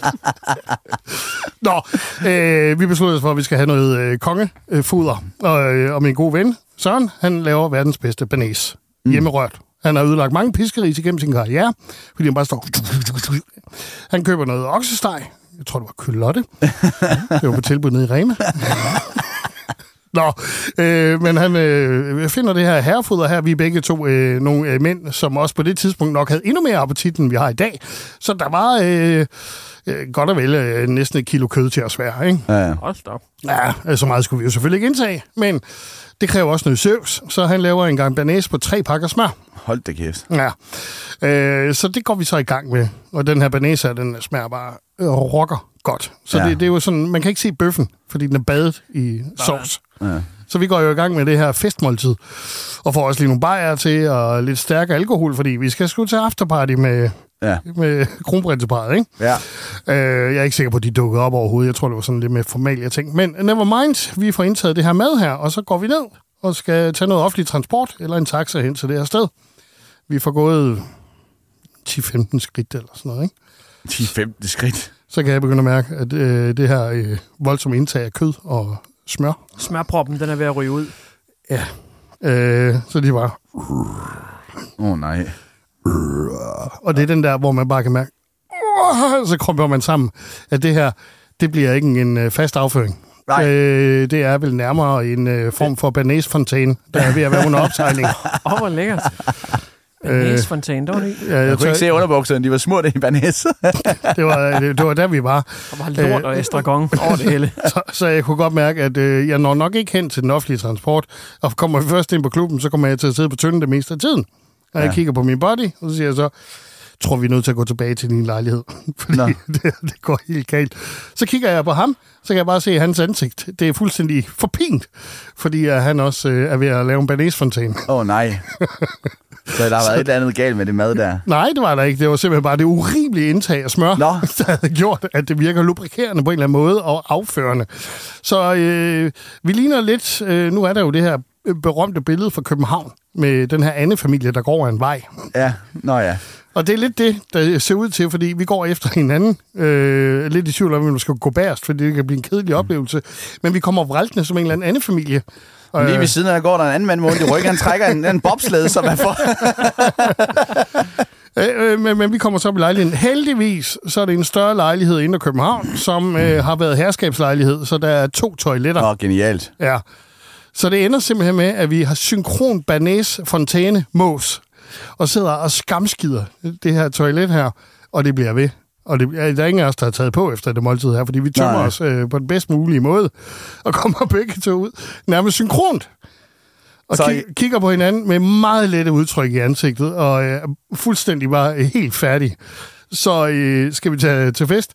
Nå, øh, vi besluttede os for, at vi skal have noget øh, kongefoder. Og, øh, og min gode ven, Søren, han laver verdens bedste banæs. Mm. Hjemmerørt. Han har ødelagt mange piskeris igennem sin karriere, fordi han bare står... Han køber noget oksesteg. Jeg tror, det var kylotte. Det var på tilbud nede i Rema. Nå, øh, men han øh, finder det her herrefoder her. Vi er begge to øh, nogle øh, mænd, som også på det tidspunkt nok havde endnu mere appetit, end vi har i dag. Så der var øh, øh, godt og vel øh, næsten et kilo kød til at svære, ikke? Ja, ja. Hold stop. Ja, så meget skulle vi jo selvfølgelig ikke indtage, men det kræver også noget søvs, så han laver en gang banæs på tre pakker smør. Hold da kæft. Ja, øh, så det går vi så i gang med. Og den her banæs her, den smager bare øh, rocker godt. Så ja. det, det er jo sådan, man kan ikke se bøffen, fordi den er badet i sovs. Ja. Så vi går jo i gang med det her festmåltid, og får også lige nogle bajer til, og lidt stærk alkohol, fordi vi skal sgu til afterparty med, ja. med kronprinseparret, ikke? Ja. Øh, jeg er ikke sikker på, at de dukkede op overhovedet. Jeg tror, det var sådan lidt med formalia ting. Men never mind, vi får indtaget det her mad her, og så går vi ned og skal tage noget offentlig transport, eller en taxa hen til det her sted. Vi får gået ti til femten skridt eller sådan noget, ikke? ti til femten skridt? Så kan jeg begynde at mærke, at øh, det her øh, voldsomme indtag af kød og smør. Smørproppen, den er ved at ryge ud. Ja. Øh, så de var... Åh oh, nej. Og det er den der, hvor man bare kan mærke... Så krumper man sammen, at det her, det bliver ikke en øh, fast afføring. Nej. Øh, det er vel nærmere en øh, form for banæsfontæne, der er ved at være under opsejling. Åh, oh, hvor lækkert. Banæsfontæne, det var det. Ja, jeg, jeg kunne ikke se underbukserne, de var små, det i banæs. det, var, det, det var der, vi var. Der var lort og estragon over det hele. så, så jeg kunne godt mærke, at øh, jeg når nok ikke hen til den offentlige transport, og kommer vi først ind på klubben, så kommer jeg til at sidde på tynden det meste af tiden. Og ja. jeg kigger på min body, og så siger jeg så, tror vi er nødt til at gå tilbage til din lejlighed. Fordi det, det går helt galt. Så kigger jeg på ham, så kan jeg bare se hans ansigt. Det er fuldstændig forpint, fordi uh, han også uh, er ved at lave en banæsfontæne. Åh oh, nej. Så der har været så... et eller andet galt med det mad der? Nej, det var der ikke. Det var simpelthen bare det urimelige indtag af smør, Nå. der havde gjort, at det virker lubrikerende på en eller anden måde og afførende. Så øh, vi ligner lidt... Øh, nu er der jo det her berømte billede fra København med den her Anne-familie, der går af en vej. Ja, nå ja. Og det er lidt det, der ser ud til, fordi vi går efter hinanden. Øh, lidt i tvivl om, at vi skal gå bærest, fordi det kan blive en kedelig oplevelse. Men vi kommer vræltende som en eller anden Anne-familie. Men lige ved siden af, der går der en anden mand med ondt i ryggen. Han trækker en, en bobslede, som er for... Øh, øh, men, men vi kommer så op i lejligheden. Heldigvis, så er det en større lejlighed inde i København, som øh, har været herskabslejlighed, så der er to toiletter. Åh, genialt. Ja. Så det ender simpelthen med, at vi har synkron Banæs Fontæne Mås, og sidder og skamskider det her toilet her, og det bliver ved. Og det, der er ingen af os, der har taget på efter det måltid her, fordi vi tømmer Nej. os øh, på den bedst mulige måde, og kommer begge to ud nærmest synkront. Og så... k- kigger på hinanden med meget lette udtryk i ansigtet, og øh, fuldstændig bare øh, helt færdig. Så øh, skal vi tage til fest.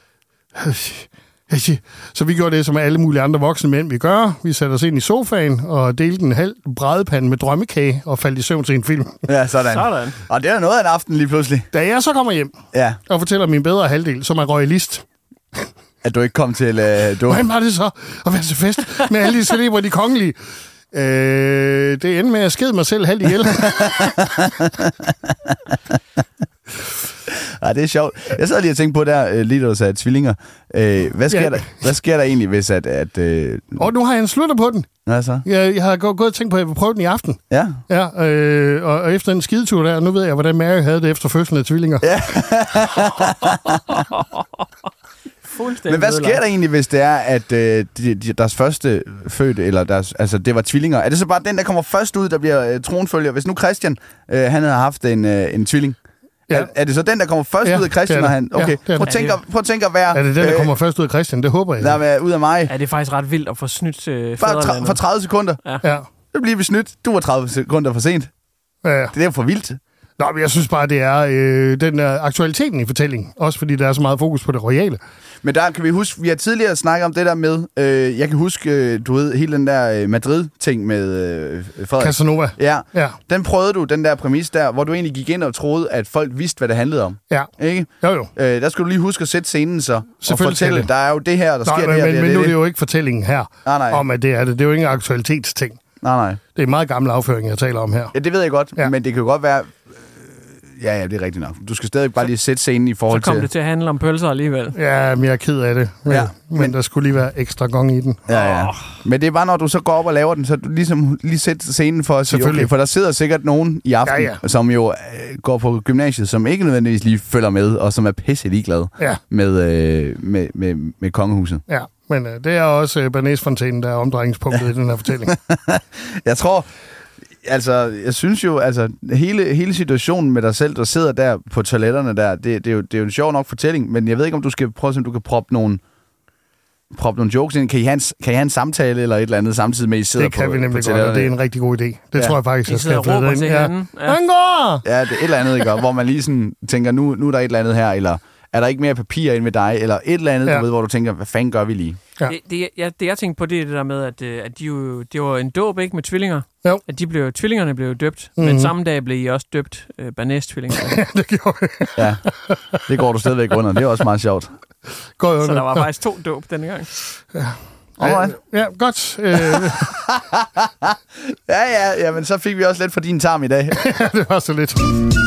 Så vi gjorde det, som alle mulige andre voksne mænd vi gør. Vi satte os ind i sofaen og delte en halv brædepande med drømmekage og faldt i søvn til en film. Ja, sådan. Sådan. Og det er noget af en aften lige pludselig. Da jeg så kommer hjem ja. og fortæller min bedre halvdel, som er royalist. At du ikke kom til... Uh, du... Hvordan var det så at være til fest med alle de celebre, de kongelige? Øh, det endte med, at jeg sked mig selv halvt ihjel. Ja, det er sjovt. Jeg sad lige og tænkte på der, lige da du sagde tvillinger. Øh, hvad, sker ja. der, hvad sker der egentlig, hvis at... at øh... Og nu har jeg en slutter på den. Hvad så? Jeg, jeg har gået og tænkt på, at jeg vil prøve den i aften. Ja. Ja, øh, og, og efter en skidetur der, nu ved jeg, hvordan Mary havde det efter fødslen af tvillinger. Ja. Men hvad sker der egentlig, hvis det er, at øh, de, de, deres første fødte, eller deres, altså det var tvillinger? Er det så bare den, der kommer først ud, der bliver øh, tronfølger? Hvis nu Christian, øh, han havde haft en, øh, en tvilling, ja. er, er det så den, der kommer først ja, ud af Christian? Og han, okay, ja, prøv at tænke, prøv at tænke at være... Er det den, der øh, kommer først ud af Christian? Det håber jeg. Der er ud af mig. Ja, det er faktisk ret vildt at få snydt øh, for, for tredive sekunder? Ja. ja. Så bliver vi snydt. Du var tredive sekunder for sent. Ja. Det er for vildt. Nå, men jeg synes bare, det er øh, den uh, aktualiteten i fortællingen. Også fordi der er så meget fokus på det royale. Men der kan vi huske, vi har tidligere snakket om det der med, øh, jeg kan huske, øh, du ved, hele den der øh, Madrid-ting med øh, Frederik. Casanova. Ja. ja, den prøvede du, den der præmis der, hvor du egentlig gik ind og troede, at folk vidste, hvad det handlede om. Ja. Ikke? Jo, jo. Øh, der skal du lige huske at sætte scenen så, og fortælle, der er jo det her, der nej, sker men, det her. Men, det, men det, nu det. er det jo ikke fortællingen her, nej, nej. om at det er det. Det er jo ingen aktualitetsting. Nej, nej. Det er en meget gammel afføring, jeg taler om her. Ja, det ved jeg godt, ja. men det kan jo godt være... Ja, ja, det er rigtigt nok. Du skal stadig bare lige sætte scenen i forhold til... Så kom til... det til at handle om pølser alligevel. Ja, men jeg er ked af det. Men, ja, men... men der skulle lige være ekstra gang i den. Ja, ja. Men det er bare, når du så går op og laver den, så du ligesom lige sætter scenen for at sige, okay, for der sidder sikkert nogen i aften, ja, ja. som jo øh, går på gymnasiet, som ikke nødvendigvis lige følger med, og som er pisse ligeglade ja. med, øh, med, med, med kongehuset. Ja, men øh, det er også øh, Banæs Fontæne, der er omdrejningspunktet i den her fortælling. Jeg tror... Altså, jeg synes jo, altså, hele, hele situationen med dig selv, der sidder der på toiletterne der, det, det, er, jo, det er jo en sjov nok fortælling, men jeg ved ikke, om du skal prøve, om du kan proppe nogle, proppe nogle jokes ind. Kan I, have en, kan I have en samtale eller et eller andet, samtidig med, at I sidder på det kan på, vi nemlig godt, og det er en rigtig god idé. Det ja. tror jeg faktisk, jeg skal flytte ind. Ja. Ja. ja, det er et eller andet, ikke? Hvor man lige sådan tænker, nu, nu er der et eller andet her, eller er der ikke mere papir ind med dig, eller et eller andet, ja. du ved, hvor du tænker, hvad fanden gør vi lige? Ja. Det, det, jeg, det, jeg tænkte på, det er det der med, at, at de jo, det var en dåb, ikke, med tvillinger. Jo. At de blev, tvillingerne blev døbt, mm-hmm. men samme dag blev I også døbt uh, Banæs-tvillingerne. Ja, det gjorde vi. Ja, det går du stadigvæk under. Det er også meget sjovt. Så der var faktisk to dåb denne gang. Ja. Alright. Ja, ja, godt. ja, ja, ja, men så fik vi også lidt for din tarm i dag. Ja, det var så lidt.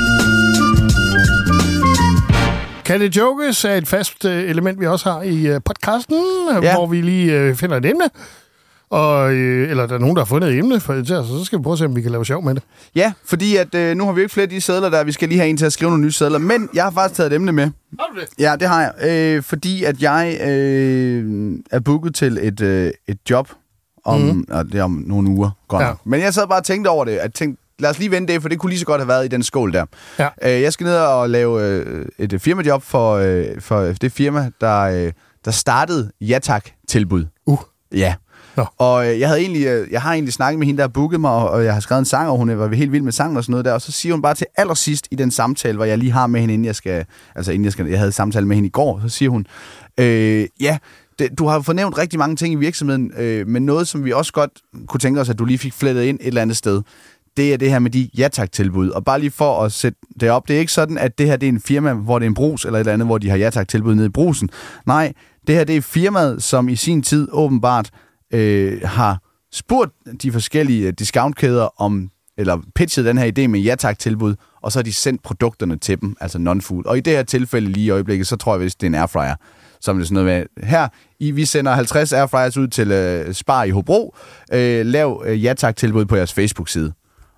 Kan det jokes er et fast element, vi også har i podcasten, ja. hvor vi lige finder et emne. Og, eller der er nogen, der har fundet et emne for det til os, så skal vi prøve at se, om vi kan lave sjov med det. Ja, fordi at, øh, nu har vi ikke flere af de sædler der. Vi skal lige have en til at skrive nogle nye sædler. Men jeg har faktisk taget et emne med. Har du det? Ja, det har jeg. Øh, fordi at jeg øh, er booket til et, øh, et job om, mm. og det er om nogle uger. Godt. Ja. Men jeg sad bare og tænkte over det. At tænkte, lad os lige vende det, for det kunne lige så godt have været i den skål der. Ja. Øh, jeg skal ned og lave øh, et firmajob for, øh, for det firma, der, øh, der startede Ja Tak-tilbud. Uh. Ja. Nå. Og øh, jeg havde egentlig, øh, jeg har egentlig snakket med hende, der har booket mig, og, og jeg har skrevet en sang, og hun var helt vild med sangen og sådan noget der. Og så siger hun bare til allersidst i den samtale, hvor jeg lige har med hende, inden jeg skal... Altså, inden jeg skal... Jeg havde samtale med hende i går, så siger hun... Øh, ja, det, du har fornævnt rigtig mange ting i virksomheden, øh, men noget, som vi også godt kunne tænke os, at du lige fik flettet ind et eller andet sted. Det er det her med de Ja Tak-tilbud. Og bare lige for at sætte det op, det er ikke sådan, at det her det er en firma, hvor det er en brus, eller et eller andet, hvor de har Ja Tak-tilbud nede i brusen. Nej, det her det er firmaet, som i sin tid åbenbart øh, har spurgt de forskellige discountkæder om, eller pitchet den her idé med Ja Tak-tilbud, og så har de sendt produkterne til dem, altså non-food. Og i det her tilfælde lige i øjeblikket, så tror jeg vist, det er en airfryer. Som det er sådan noget med, her, I, vi sender halvtreds airfryers ud til øh, Spar i Hobro. Øh, lav øh, Ja Tak-tilbud på jeres Facebook-side.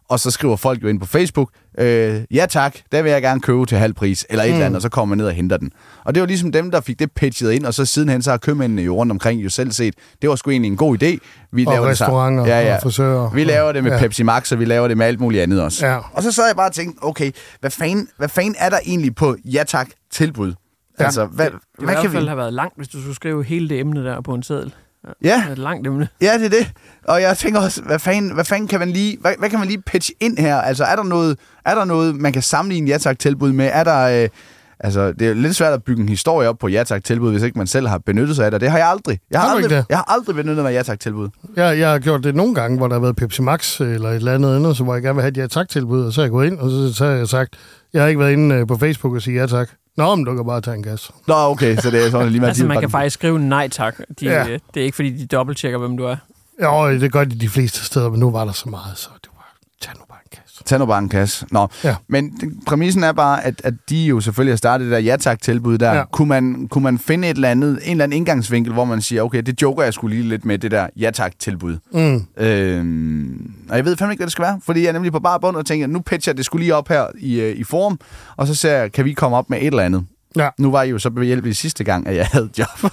og så skriver folk jo ind på Facebook, øh, ja tak, der vil jeg gerne købe til halv pris, eller et mm. eller andet, og så kommer man ned og henter den. Og det var ligesom dem, der fik det pitchet ind, og så sidenhen så har købmændene jo rundt omkring jo selv set, det var sgu egentlig en god idé. Vi og laver restauranter det ja, ja. og frisører. Vi laver det med ja. Pepsi Max, og vi laver det med alt muligt andet også. Ja. Og så sad jeg bare og tænkte, okay, hvad fanden, hvad fanden er der egentlig på ja tak tilbud? Ja. Altså, hvad, det det hvad i kan hvert fald vi... have været langt, hvis du skulle skrive hele det emne der på en seddel. Ja. Et langt emne. Ja, det er det. Og jeg tænker også, hvad fanden, hvad fanden kan man lige, hvad, hvad kan man lige pitche ind her? Altså, er der noget, er der noget man kan sammenligne ja tak tilbud med? Er der, øh, altså, det er lidt svært at bygge en historie op på ja tak tilbud, hvis ikke man selv har benyttet sig af det. Det har jeg aldrig. Jeg har, har aldrig, det? jeg har aldrig benyttet mig af ja tak tilbud. Jeg, jeg har gjort det nogle gange, hvor der har været Pepsi Max eller et eller andet andet, så hvor jeg gerne vil have et ja tak tilbud, og så er jeg gået ind, og så, så har jeg sagt, jeg har ikke været inde på Facebook og sige ja tak. Nå, men du kan bare tage en gas. Nå, okay, så det er sådan lige meget. Altså, man kan faktisk skrive nej tak. De, Ja. Det er ikke, fordi de dobbelttjekker, hvem du er. Jo, det gør de de fleste steder, men nu var der så meget, så det var, tag nu bare en gas. Tag nu bare en kasse. Nå, Ja. men den- præmissen er bare, at, at de jo selvfølgelig har startet det der ja tak tilbud der. Ja. Kunne, man, kunne man finde et eller andet, en eller anden indgangsvinkel, hvor man siger, okay, det joker jeg skulle lige lidt med, det der ja tak tilbud. Mm. Øhm, og jeg ved fandme ikke, hvad det skal være, fordi jeg er nemlig på bare bund og tænker, nu pitcher jeg det skulle lige op her i, øh, i forum, og så ser jeg, kan vi komme op med et eller andet. Ja. Nu var I jo så behjælpelige sidste gang, at jeg havde et job.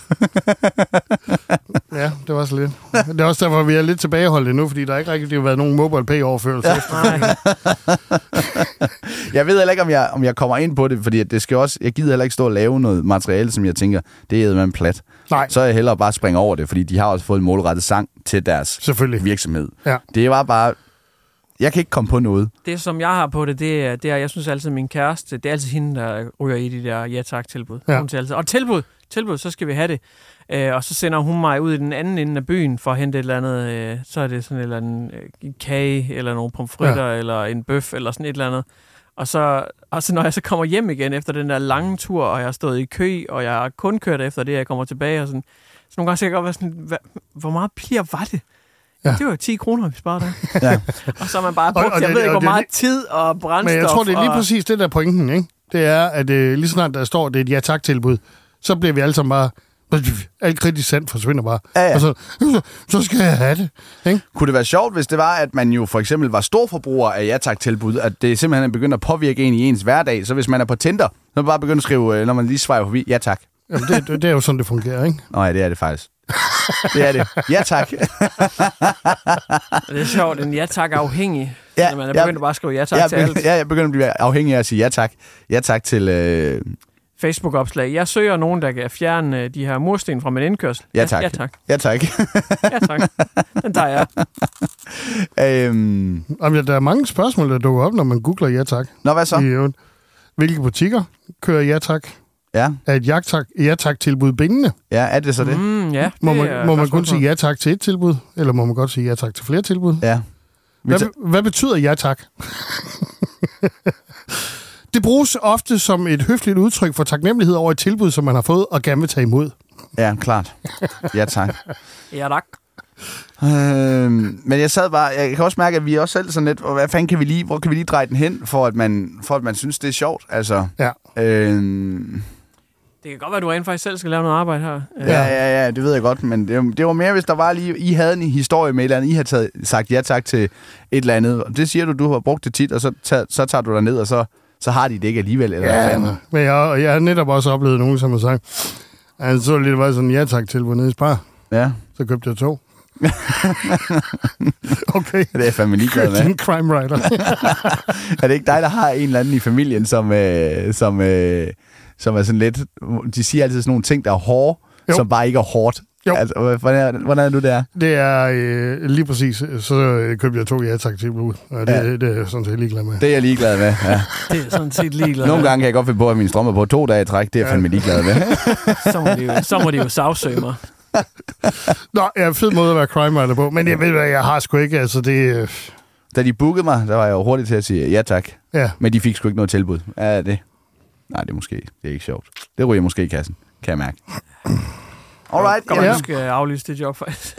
Ja, det var så lidt. Det er også derfor, vi er lidt tilbageholdt nu, fordi der er ikke rigtig været nogen mobile pay overførelse. Ja. Nej. Jeg ved heller ikke, om jeg, om jeg kommer ind på det, fordi det skal også, jeg gider heller ikke stå og lave noget materiale, som jeg tænker, det er eddermame plat. Nej, Så er jeg hellere bare springe over det, fordi de har også fået en målrettet sang til deres selvfølgelig. virksomhed. Ja. Det var bare, jeg kan ikke komme på noget. Det, som jeg har på det, det er, det er, jeg synes altid, min kæreste, det er altid hende, der ryger i de der ja-tak-tilbud. Ja. Hun siger altid, og tilbud, tilbud, så skal vi have det. Øh, og så sender hun mig ud i den anden ende af byen for at hente et eller andet, øh, så er det sådan et eller andet øh, kage, eller nogle pomfritter, ja. eller en bøf, eller sådan et eller andet. Og så, og så når jeg så kommer hjem igen efter den der lange tur, og jeg har stået i kø, og jeg har kun kørt efter det, jeg kommer tilbage, og sådan, så nogle gange så kan jeg godt være sådan, hvad, hvor meget bliver var det? Ja. Det var jo ti kroner, vi sparede der. Ja. Og så er man bare brugt, Og- og jeg det- ved ikke, og hvor det- meget tid og brændstof. Men jeg tror, det er lige og... præcis det der pointen, ikke? Det er, at øh, lige snart der står, det er et ja-tak-tilbud, så bliver vi alle sammen bare... Alt kritisk sand forsvinder bare. Ja, ja. Og så, så skal jeg have det. Ikke? Kunne det være sjovt, hvis det var, at man jo for eksempel var storforbruger af ja tak tilbud, at det simpelthen er begyndt at påvirke en i ens hverdag, så hvis man er på Tinder, så er man bare begyndt at skrive, når man lige swiper forbi, ja tak. Jamen, det, det, det er jo sådan, det fungerer, ikke? Nå ja, det er det faktisk. Det er det. Ja tak. Det er sjovt, en ja-tak er afhængig. Ja, Ja, man er ja. begyndt at bare skrive ja-tak Jeg til er alt. begyndt, ja, jeg er begyndt at blive afhængig af at sige ja tak. Ja tak til... Øh... Facebook-opslag. Jeg søger nogen, der kan fjerne øh, de her mursten fra min indkørsel. Ja tak. Ja, tak. Ja tak. Ja, tak. Den tager jeg. øhm... Jamen, der er mange spørgsmål, der dukker op, når man googler ja-tak. Nå, hvad så? I øvrigt. Hvilke butikker kører ja-tak? Ja, Er et ja-tak, ja-tak-tilbud bindende? ja, er det så det? Mm, ja, Må det man, er må et man godt kun sige spørgsmål. ja-tak til et tilbud? Eller må man godt sige ja-tak til flere tilbud? Ja. Vi Hvad, tager- hvad betyder ja-tak? Det bruges ofte som et høfligt udtryk for taknemmelighed over et tilbud, som man har fået og gerne vil tage imod. Ja, klart. Ja tak. Ja, tak. Øhm, men jeg sad bare, jeg kan også mærke, at vi er også selv sådan lidt, og hvad fanden kan vi lige, hvor kan vi lige dreje den hen, for at man, for at man synes, det er sjovt, altså. Ja. Øhm, Det kan godt være, at du rent faktisk selv skal lave noget arbejde her. ja, ja, ja, det ved jeg godt, men det, det var mere, hvis der var lige, I havde en historie med et eller andet, I havde taget, sagt ja tak til et eller andet, og det siger du, du har brugt det tit, og så, tager, så tager du dig ned, og så, så har de det ikke alligevel, eller hvad fanden. Men jeg, jeg har netop også oplevet nogen, som har sagt, han så lidt, var sådan en ja-tak-tilbud nede i Spar. Ja, Så købte jeg to. Okay. det er fandme ligeglad med. Din crime writer. Er det ikke dig, der har en eller anden i familien, som, øh, som, øh, som er sådan lidt... De siger altid sådan nogle ting, der er hårde, Jo. som bare ikke er hårdt. Jo. Altså, hvordan er, hvordan er det nu, det er? Det er øh, lige præcis, så øh, købte jeg to ja-tak-tilbud. Og det, Ja. ja. det er jeg sådan set ligeglad med. Det er jeg ligeglad med, ja. Det er sådan set ligeglad. Nogle gange kan jeg godt finde på, at mine strømmer på to dage i træk. Det er jeg fandme ligeglad med. Så må de jo, så må de jo sagsøge mig. Nå, ja, fed måde at være crime writer på. Men jeg ved, hvad jeg har sgu ikke. Altså, det... Øh, Da de bookede mig, der var jeg jo hurtigt til at sige ja tak. ja. Men de fik sgu ikke noget tilbud. Ja, det... Nej, det er måske... Det er ikke sjovt. Det ryger måske i kassen, kan jeg mærke. Alright, Godt, ja. at du skal aflyse det job, faktisk.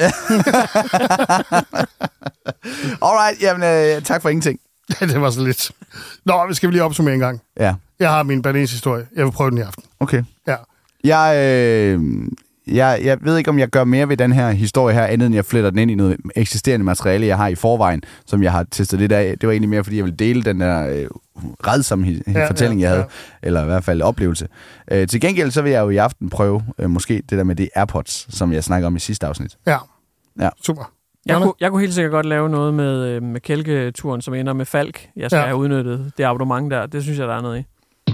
Alright, jamen øh, tak for ingenting. Det var så lidt. Nå, vi skal lige opsummere en gang. Ja, Jeg har min banæshistorie. Jeg vil prøve den i aften. okay. Ja. Jeg, øh, jeg, jeg ved ikke, om jeg gør mere ved den her historie her, andet end jeg fletter den ind i noget eksisterende materiale, jeg har i forvejen, som jeg har testet lidt af. Det var egentlig mere, fordi jeg ville dele den der øh, rædsomme ja, fortælling, jeg havde, ja, ja. eller i hvert fald oplevelse. Øh, til gengæld, så vil jeg jo i aften prøve øh, måske det der med det AirPods, som jeg snakker om i sidste afsnit. Ja, ja. Super. Jeg kunne, jeg kunne helt sikkert godt lave noget med, med kælketuren, som ender med Falk. Jeg skal ja. have udnyttet det abonnement der. Det synes jeg, der er noget i.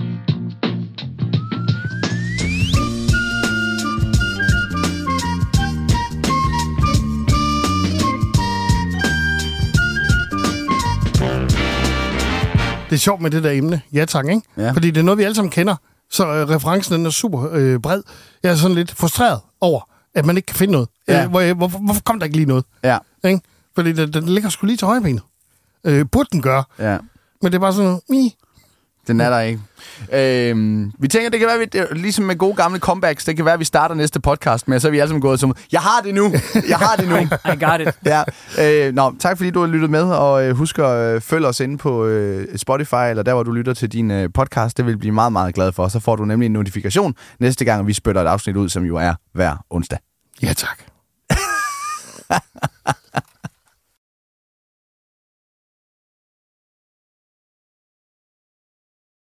Det er sjovt med det der emne. Ja tak, ikke? Ja. Fordi det er noget, vi alle sammen kender. Så øh, referencen den er super øh, bred. Jeg er sådan lidt frustreret over, at man ikke kan finde noget. Ja. Øh, hvor, jeg, hvorfor, hvorfor kom der ikke lige noget? Ja. Ikke? Fordi den, den ligger sgu lige til højrebenet. Øh, burde den gøre. Ja. Men det er bare sådan noget... Mi. Den er der ikke. Øhm, vi tænker, det kan være, det er, ligesom med gode gamle comebacks, det kan være, at vi starter næste podcast med, så er vi alle sammen gået som, jeg har det nu, jeg har det nu. I got it. Ja. Øh, nå, tak fordi du har lyttet med, og øh, husk at øh, følge os inde på øh, Spotify, eller der, hvor du lytter til din øh, podcast. Det vil vi blive meget, meget glad for. Så får du nemlig en notifikation næste gang, vi spytter et afsnit ud, som jo er hver onsdag. Ja, tak.